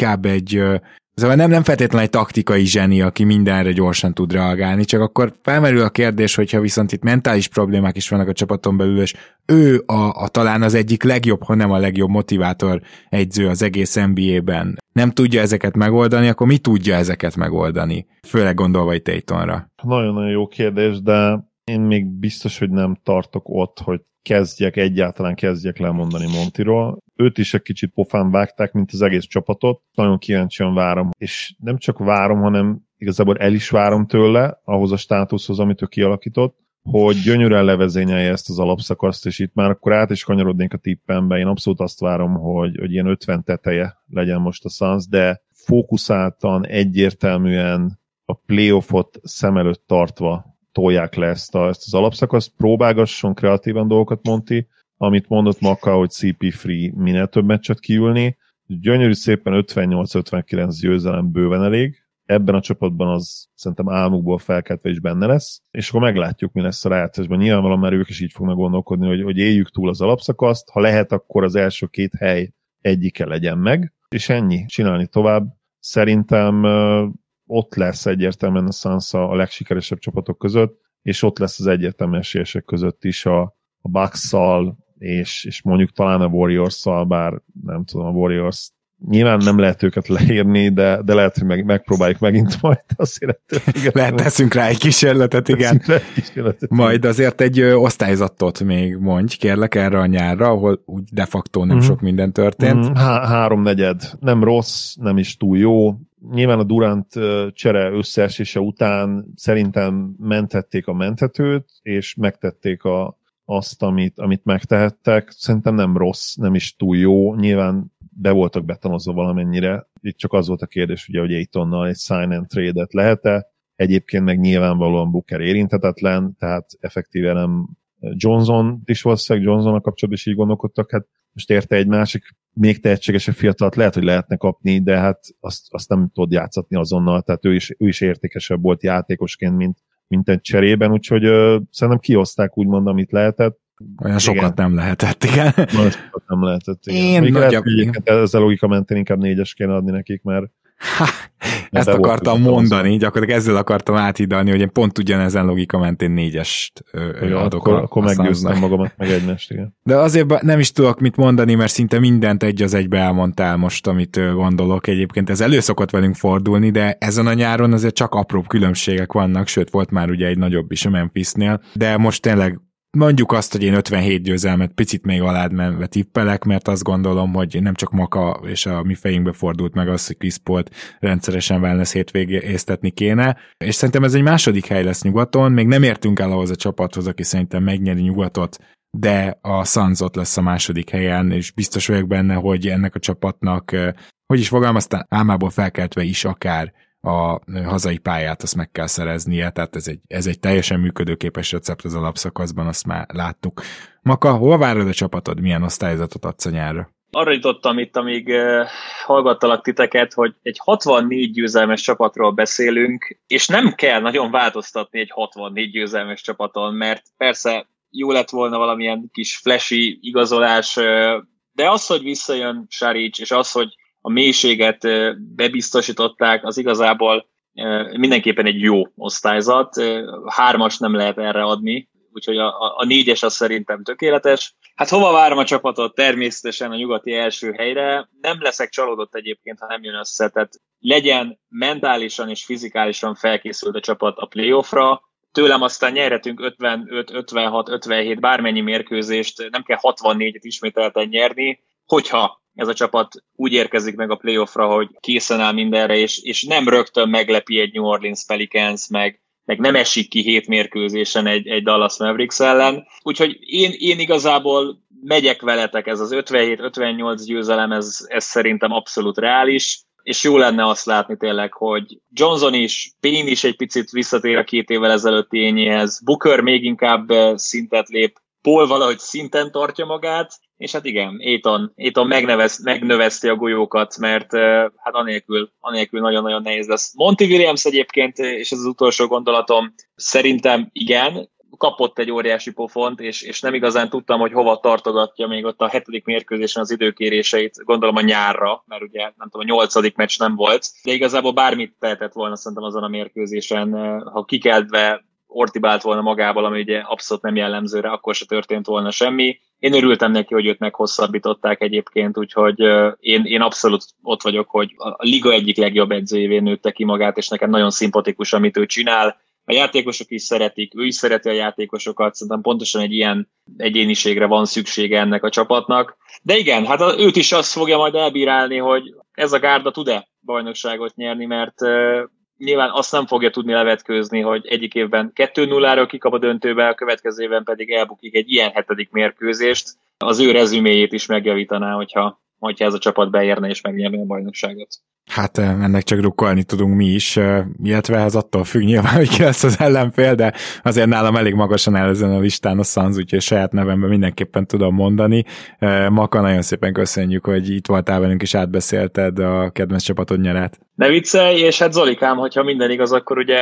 szóval nem feltétlenül egy taktikai zseni, aki mindenre gyorsan tud reagálni, csak akkor felmerül a kérdés, hogyha viszont itt mentális problémák is vannak a csapaton belül, és ő talán az egyik legjobb, ha nem a legjobb motivátor egyző az egész NBA-ben. Nem tudja ezeket megoldani, akkor mi tudja ezeket megoldani? Főleg gondolva itt Aytonra. Nagyon-nagyon jó kérdés, de én még biztos, hogy nem tartok ott, hogy egyáltalán kezdjek lemondani Montyról. Őt is egy kicsit pofán vágták, mint az egész csapatot. Nagyon kíváncsian várom, és nem csak várom, hanem igazából el is várom tőle, ahhoz a státuszhoz, amit ő kialakított, hogy gyönyörűen levezényelje ezt az alapszakaszt, és itt már akkor át is kanyarodnék a tippembe. Én abszolút azt várom, hogy ilyen 50 teteje legyen most a Suns, de fókuszáltan, egyértelműen a playoffot szem előtt tartva tolják le ezt az alapszakaszt, próbálgasson kreatívan dolgokat, Monty, amit mondott Maka, hogy CP3 minél több meccset kiülni. Gyönyörű szépen 58-59 győzelem bőven elég. Ebben a csapatban az szerintem álmukból felkeltve is benne lesz, és akkor meglátjuk, mi lesz a rájátszásban. Nyilvánvalóan már ők is így fognak gondolkodni, hogy éljük túl az alapszakaszt, ha lehet, akkor az első két hely egyike legyen meg, és ennyi, csinálni tovább. Szerintem ott lesz egyértelműen a Suns a legsikeresebb csapatok között, és ott lesz az egyértelmű esélyesek között is a Bucks-szal és mondjuk talán a Warriors-szal, bár nem tudom, a Warriors nyilván nem lehet őket leírni, de lehet, hogy megpróbáljuk megint majd azért. Lehet, teszünk rá egy kísérletet, igen. Majd azért egy osztályzatot még mondj, kérlek, erre a nyárra, ahol úgy de facto nem sok minden történt. 3/4. Nem rossz, nem is túl jó. Nyilván a Durant csere összeesése után szerintem menthették a menthetőt, és megtették azt, amit megtehettek. Szerintem nem rossz, nem is túl jó. Nyilván be voltak betonozva valamennyire. Itt csak az volt a kérdés, ugye, hogy Aytonnal egy sign and trade-et lehet-e. Egyébként meg nyilvánvalóan Booker érinthetetlen, tehát effektíve nem Johnson is valószínűleg Johnsonnal kapcsolatban is így gondolkodtak, hát most érte egy másik, még tehetségesebb fiatalt lehet, hogy lehetne kapni, de hát azt nem tudod játszatni azonnal, tehát ő is értékesebb volt játékosként, mint egy cserében, úgyhogy szerintem kihozták úgymond, amit lehetett. Olyan sokat nem lehetett, igen. Nagyon sokat nem lehetett, igen. Még lehet, hogy ezzel logika mentén inkább 4-es kéne adni nekik, mert ezt akartam mondani, gyakorlatilag ezzel akartam átidalni, hogy én pont ugyanezen logika mentén 4-est adok. Akkor meggyőztem magamat, meg egymest, igen. De azért nem is tudok mit mondani, mert szinte mindent egy az egybe elmondtál most, amit gondolok. Egyébként ez elő szokott velünk fordulni, de ezen a nyáron azért csak apróbb különbségek vannak, sőt volt már ugye egy nagyobb is a Memphisnél, de most tényleg mondjuk azt, hogy én 57 győzelmet picit még alád menve tippelek, mert azt gondolom, hogy nem csak Maka és a mi fejünkbe fordult meg az, hogy Chris Paul-t rendszeresen wellness hétvégéztetni kéne, és szerintem ez egy második hely lesz nyugaton, még nem értünk el ahhoz a csapathoz, aki szerintem megnyeri nyugatot, de a Suns ott lesz a második helyen, és biztos vagyok benne, hogy ennek a csapatnak, hogy is fogalmaztál, álmából felkeltve is akár a hazai pályát azt meg kell szereznie, tehát ez egy teljesen működőképes recept az alapszakaszban, azt már láttuk. Maka, hol várod a csapatod? Milyen osztályzatot adsz a nyárra? Arra jutottam itt, amíg hallgattalak titeket, hogy egy 64 győzelmes csapatról beszélünk, és nem kell nagyon változtatni egy 64 győzelmes csapaton, mert persze jó lett volna valamilyen kis flashy igazolás, de az, hogy visszajön Saric, és az, hogy a mélységet bebiztosították, az igazából mindenképpen egy jó osztályzat. 3-as nem lehet erre adni, úgyhogy a 4-es az szerintem tökéletes. Hát hova várom a csapatot? Természetesen a nyugati első helyre. Nem leszek csalódott egyébként, ha nem jön össze. Tehát legyen mentálisan és fizikálisan felkészült a csapat a playoffra. Tőlem aztán nyerhetünk 55, 56, 57 bármennyi mérkőzést, nem kell 64-et ismételten nyerni, hogyha ez a csapat úgy érkezik meg a playoffra, hogy készen áll mindenre, és nem rögtön meglepi egy New Orleans Pelicans, meg nem esik ki 7 mérkőzésen egy Dallas Mavericks ellen. Úgyhogy én igazából megyek veletek, ez az 57-58 győzelem, ez szerintem abszolút reális, és jó lenne azt látni tényleg, hogy Johnson is, Payne is egy picit visszatér a 2 évvel ezelőtti ényéhez, Booker még inkább szintet lép, Paul valahogy szinten tartja magát, és hát igen, Ayton megnöveszti a golyókat, mert hát anélkül nagyon-nagyon nehéz lesz. Monty Williams egyébként, és ez az utolsó gondolatom, szerintem igen, kapott egy óriási pofont, és nem igazán tudtam, hogy hova tartogatja még ott a 7. mérkőzésen az időkéréseit, gondolom a nyárra, mert ugye nem tudom, a 8. meccs nem volt, de igazából bármit tehetett volna szerintem azon a mérkőzésen, ha kikeltve ortibált volna magából, ami ugye abszolút nem jellemzőre, akkor se történt volna semmi. Én örültem neki, hogy őt meghosszabbították egyébként, úgyhogy én abszolút ott vagyok, hogy a liga egyik legjobb edzőjévé nőtte ki magát, és nekem nagyon szimpatikus, amit ő csinál. A játékosok is szeretik, ő is szereti a játékosokat, szerintem pontosan egy ilyen egyéniségre van szüksége ennek a csapatnak. De igen, hát őt is azt fogja majd elbírálni, hogy ez a gárda tud-e bajnokságot nyerni, mert nyilván azt nem fogja tudni levetkőzni, hogy egyik évben 2-0-ról kikap a döntőbe, a következő évben pedig elbukik egy ilyen 7. mérkőzést. Az ő rezüméjét is megjavítaná, hogyha ez a csapat beérne és megnyerni a bajnokságot. Hát ennek csak drukkolni tudunk mi is, illetve ez attól függ nyilván, hogy ki lesz az ellenfél, de azért nálam elég magasan áll ezen a listán a Suns, úgyhogy saját nevemben mindenképpen tudom mondani. Maka, nagyon szépen köszönjük, hogy itt voltál velünk és átbeszélted a kedvenc csapatod nyarát. Ne viccelj, és hát Zolikám, hogyha minden igaz, akkor ugye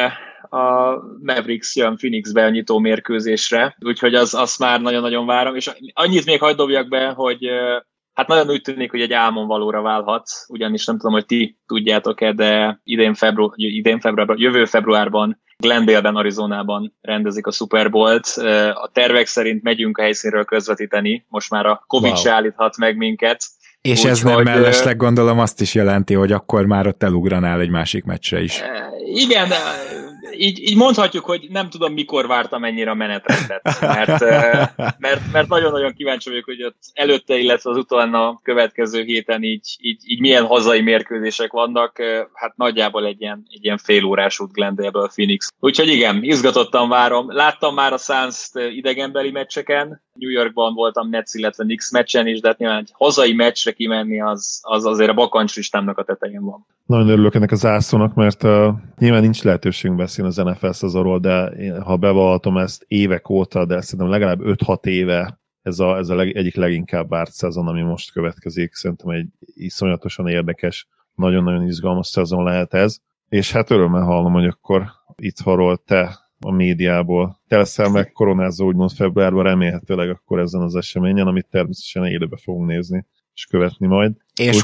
a Mavericks jön Phoenixbe a nyitó mérkőzésre, úgyhogy azt már nagyon-nagyon várom, és annyit még hagyd dobjak be, hogy hát nagyon úgy tűnik, hogy egy álmon valóra válhat, ugyanis nem tudom, hogy ti tudjátok-e, de jövő februárban Glendale-ben, Arizonában rendezik a Super Bowl-t. A tervek szerint megyünk a helyszínről közvetíteni, most már a Covid se állíthat meg minket. És ez nem mellesleg gondolom azt is jelenti, hogy akkor már ott elugranál egy másik meccsre is. Igen, így mondhatjuk, hogy nem tudom, mikor vártam ennyire a menetrendet, mert nagyon-nagyon kíváncsi vagyok, hogy ott előtte, illetve az utána következő héten így milyen hazai mérkőzések vannak, hát nagyjából egy ilyen félórás út Glendale-ből Phoenix. Úgyhogy igen, izgatottan várom. Láttam már a Suns-t idegenbeli meccseken, New Yorkban voltam Nets, illetve Knicks meccsen is, de hát nyilván egy hazai meccsre kimenni az azért a bakancslistámnak a tetején van. Nagyon örülök ennek a zászlónak, mert nyilván nincs lehetőségünk beszélni az NFL szezonról, de én, ha bevallhatom ezt évek óta, de szerintem legalább 5-6 éve ez egyik leginkább várt szezon, ami most következik. Szerintem egy iszonyatosan érdekes, nagyon-nagyon izgalmas szezon lehet ez. És hát örömmel hallom, hogy akkor itthonról te a médiából te leszel meg koronázó úgymond februárban, remélhetőleg akkor ezen az eseményen, amit természetesen élőbe fogunk nézni és követni majd. És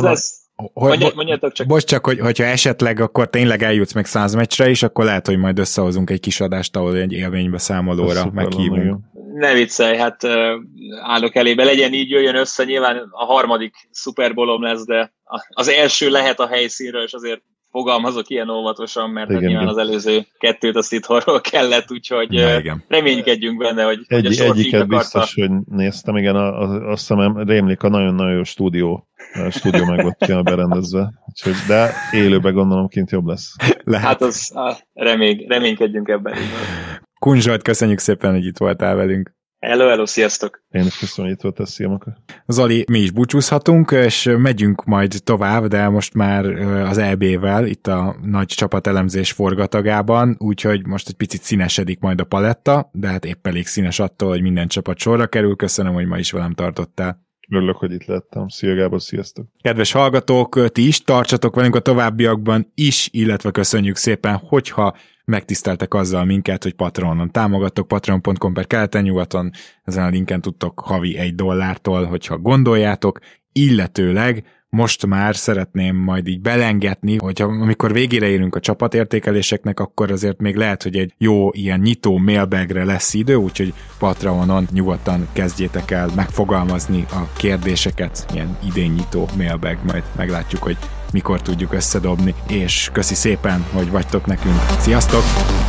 Bocs, csak hogyha esetleg akkor tényleg eljutsz meg 100 meccsre is, akkor lehet, hogy majd összehozunk egy kis adást, ahol egy élménybeszámolóra meghívunk. Ne viccelj, hát állok elébe, legyen így, jöjjön össze, nyilván a harmadik Super Bowl-om lesz, de az első lehet a helyszínről, és azért fogalmazok ilyen óvatosan, mert igen, nyilván az előző kettőt azt itthonról kellett, úgyhogy reménykedjünk benne, hogy a sor egyiket biztos, hogy néztem, igen, azt hiszem rémlik a nagyon-nagyon jó stúdió meg volt ki berendezve, úgyhogy, de élőben gondolom kint jobb lesz. Lehet. Hát az reménykedjünk ebben. Kun Zsolt, köszönjük szépen, hogy itt voltál velünk. Hello, sziasztok! Én is köszönöm, hogy itt voltál, szia. Zoli, mi is búcsúzhatunk, és megyünk majd tovább, de most már az EB-vel, itt a nagy csapatelemzés forgatagában, úgyhogy most egy picit színesedik majd a paletta, de hát épp elég színes attól, hogy minden csapat sorra kerül. Köszönöm, hogy ma is velem tartottál. Örülök, hogy itt lettem. Szia Gábor, sziasztok! Kedves hallgatók, ti is tartsatok velünk a továbbiakban is, illetve köszönjük szépen, hogyha megtiszteltek azzal minket, hogy Patreonon támogattok, patreon.com/keleten-nyugaton, ezen a linken tudtok havi $1, hogyha gondoljátok, illetőleg most már szeretném majd így belengetni, hogyha amikor végére érünk a csapatértékeléseknek, akkor azért még lehet, hogy egy jó ilyen nyitó mailbagre lesz idő, úgyhogy Patreonon nyugodtan kezdjétek el megfogalmazni a kérdéseket, ilyen idén nyitó mailbag, majd meglátjuk, hogy mikor tudjuk összedobni, és köszi szépen, hogy vagytok nekünk. Sziasztok!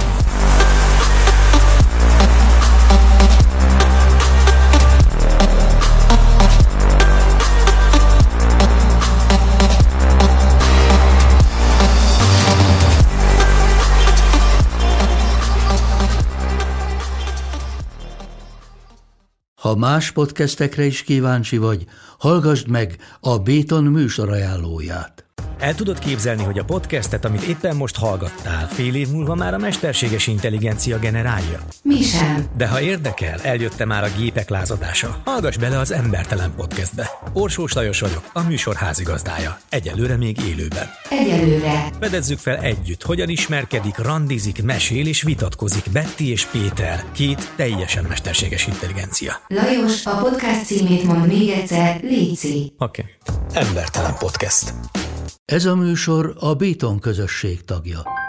Ha más podcastekre is kíváncsi vagy, hallgassd meg a Béton műsor ajánlóját. El tudod képzelni, hogy a podcastet, amit éppen most hallgattál, fél év múlva már a mesterséges intelligencia generálja? Mi sem. De ha érdekel, eljött már a gépek lázadása. Hallgass bele az Embertelen Podcastbe. Orsós Lajos vagyok, a műsor házigazdája. Egyelőre még élőben. Egyelőre. Fedezzük fel együtt, hogyan ismerkedik, randizik, mesél és vitatkozik Betty és Péter, két teljesen mesterséges intelligencia. Lajos, a podcast címét mond még egyszer, léci. Oké. Embertelen Podcast. Ez a műsor a Béton közösség tagja.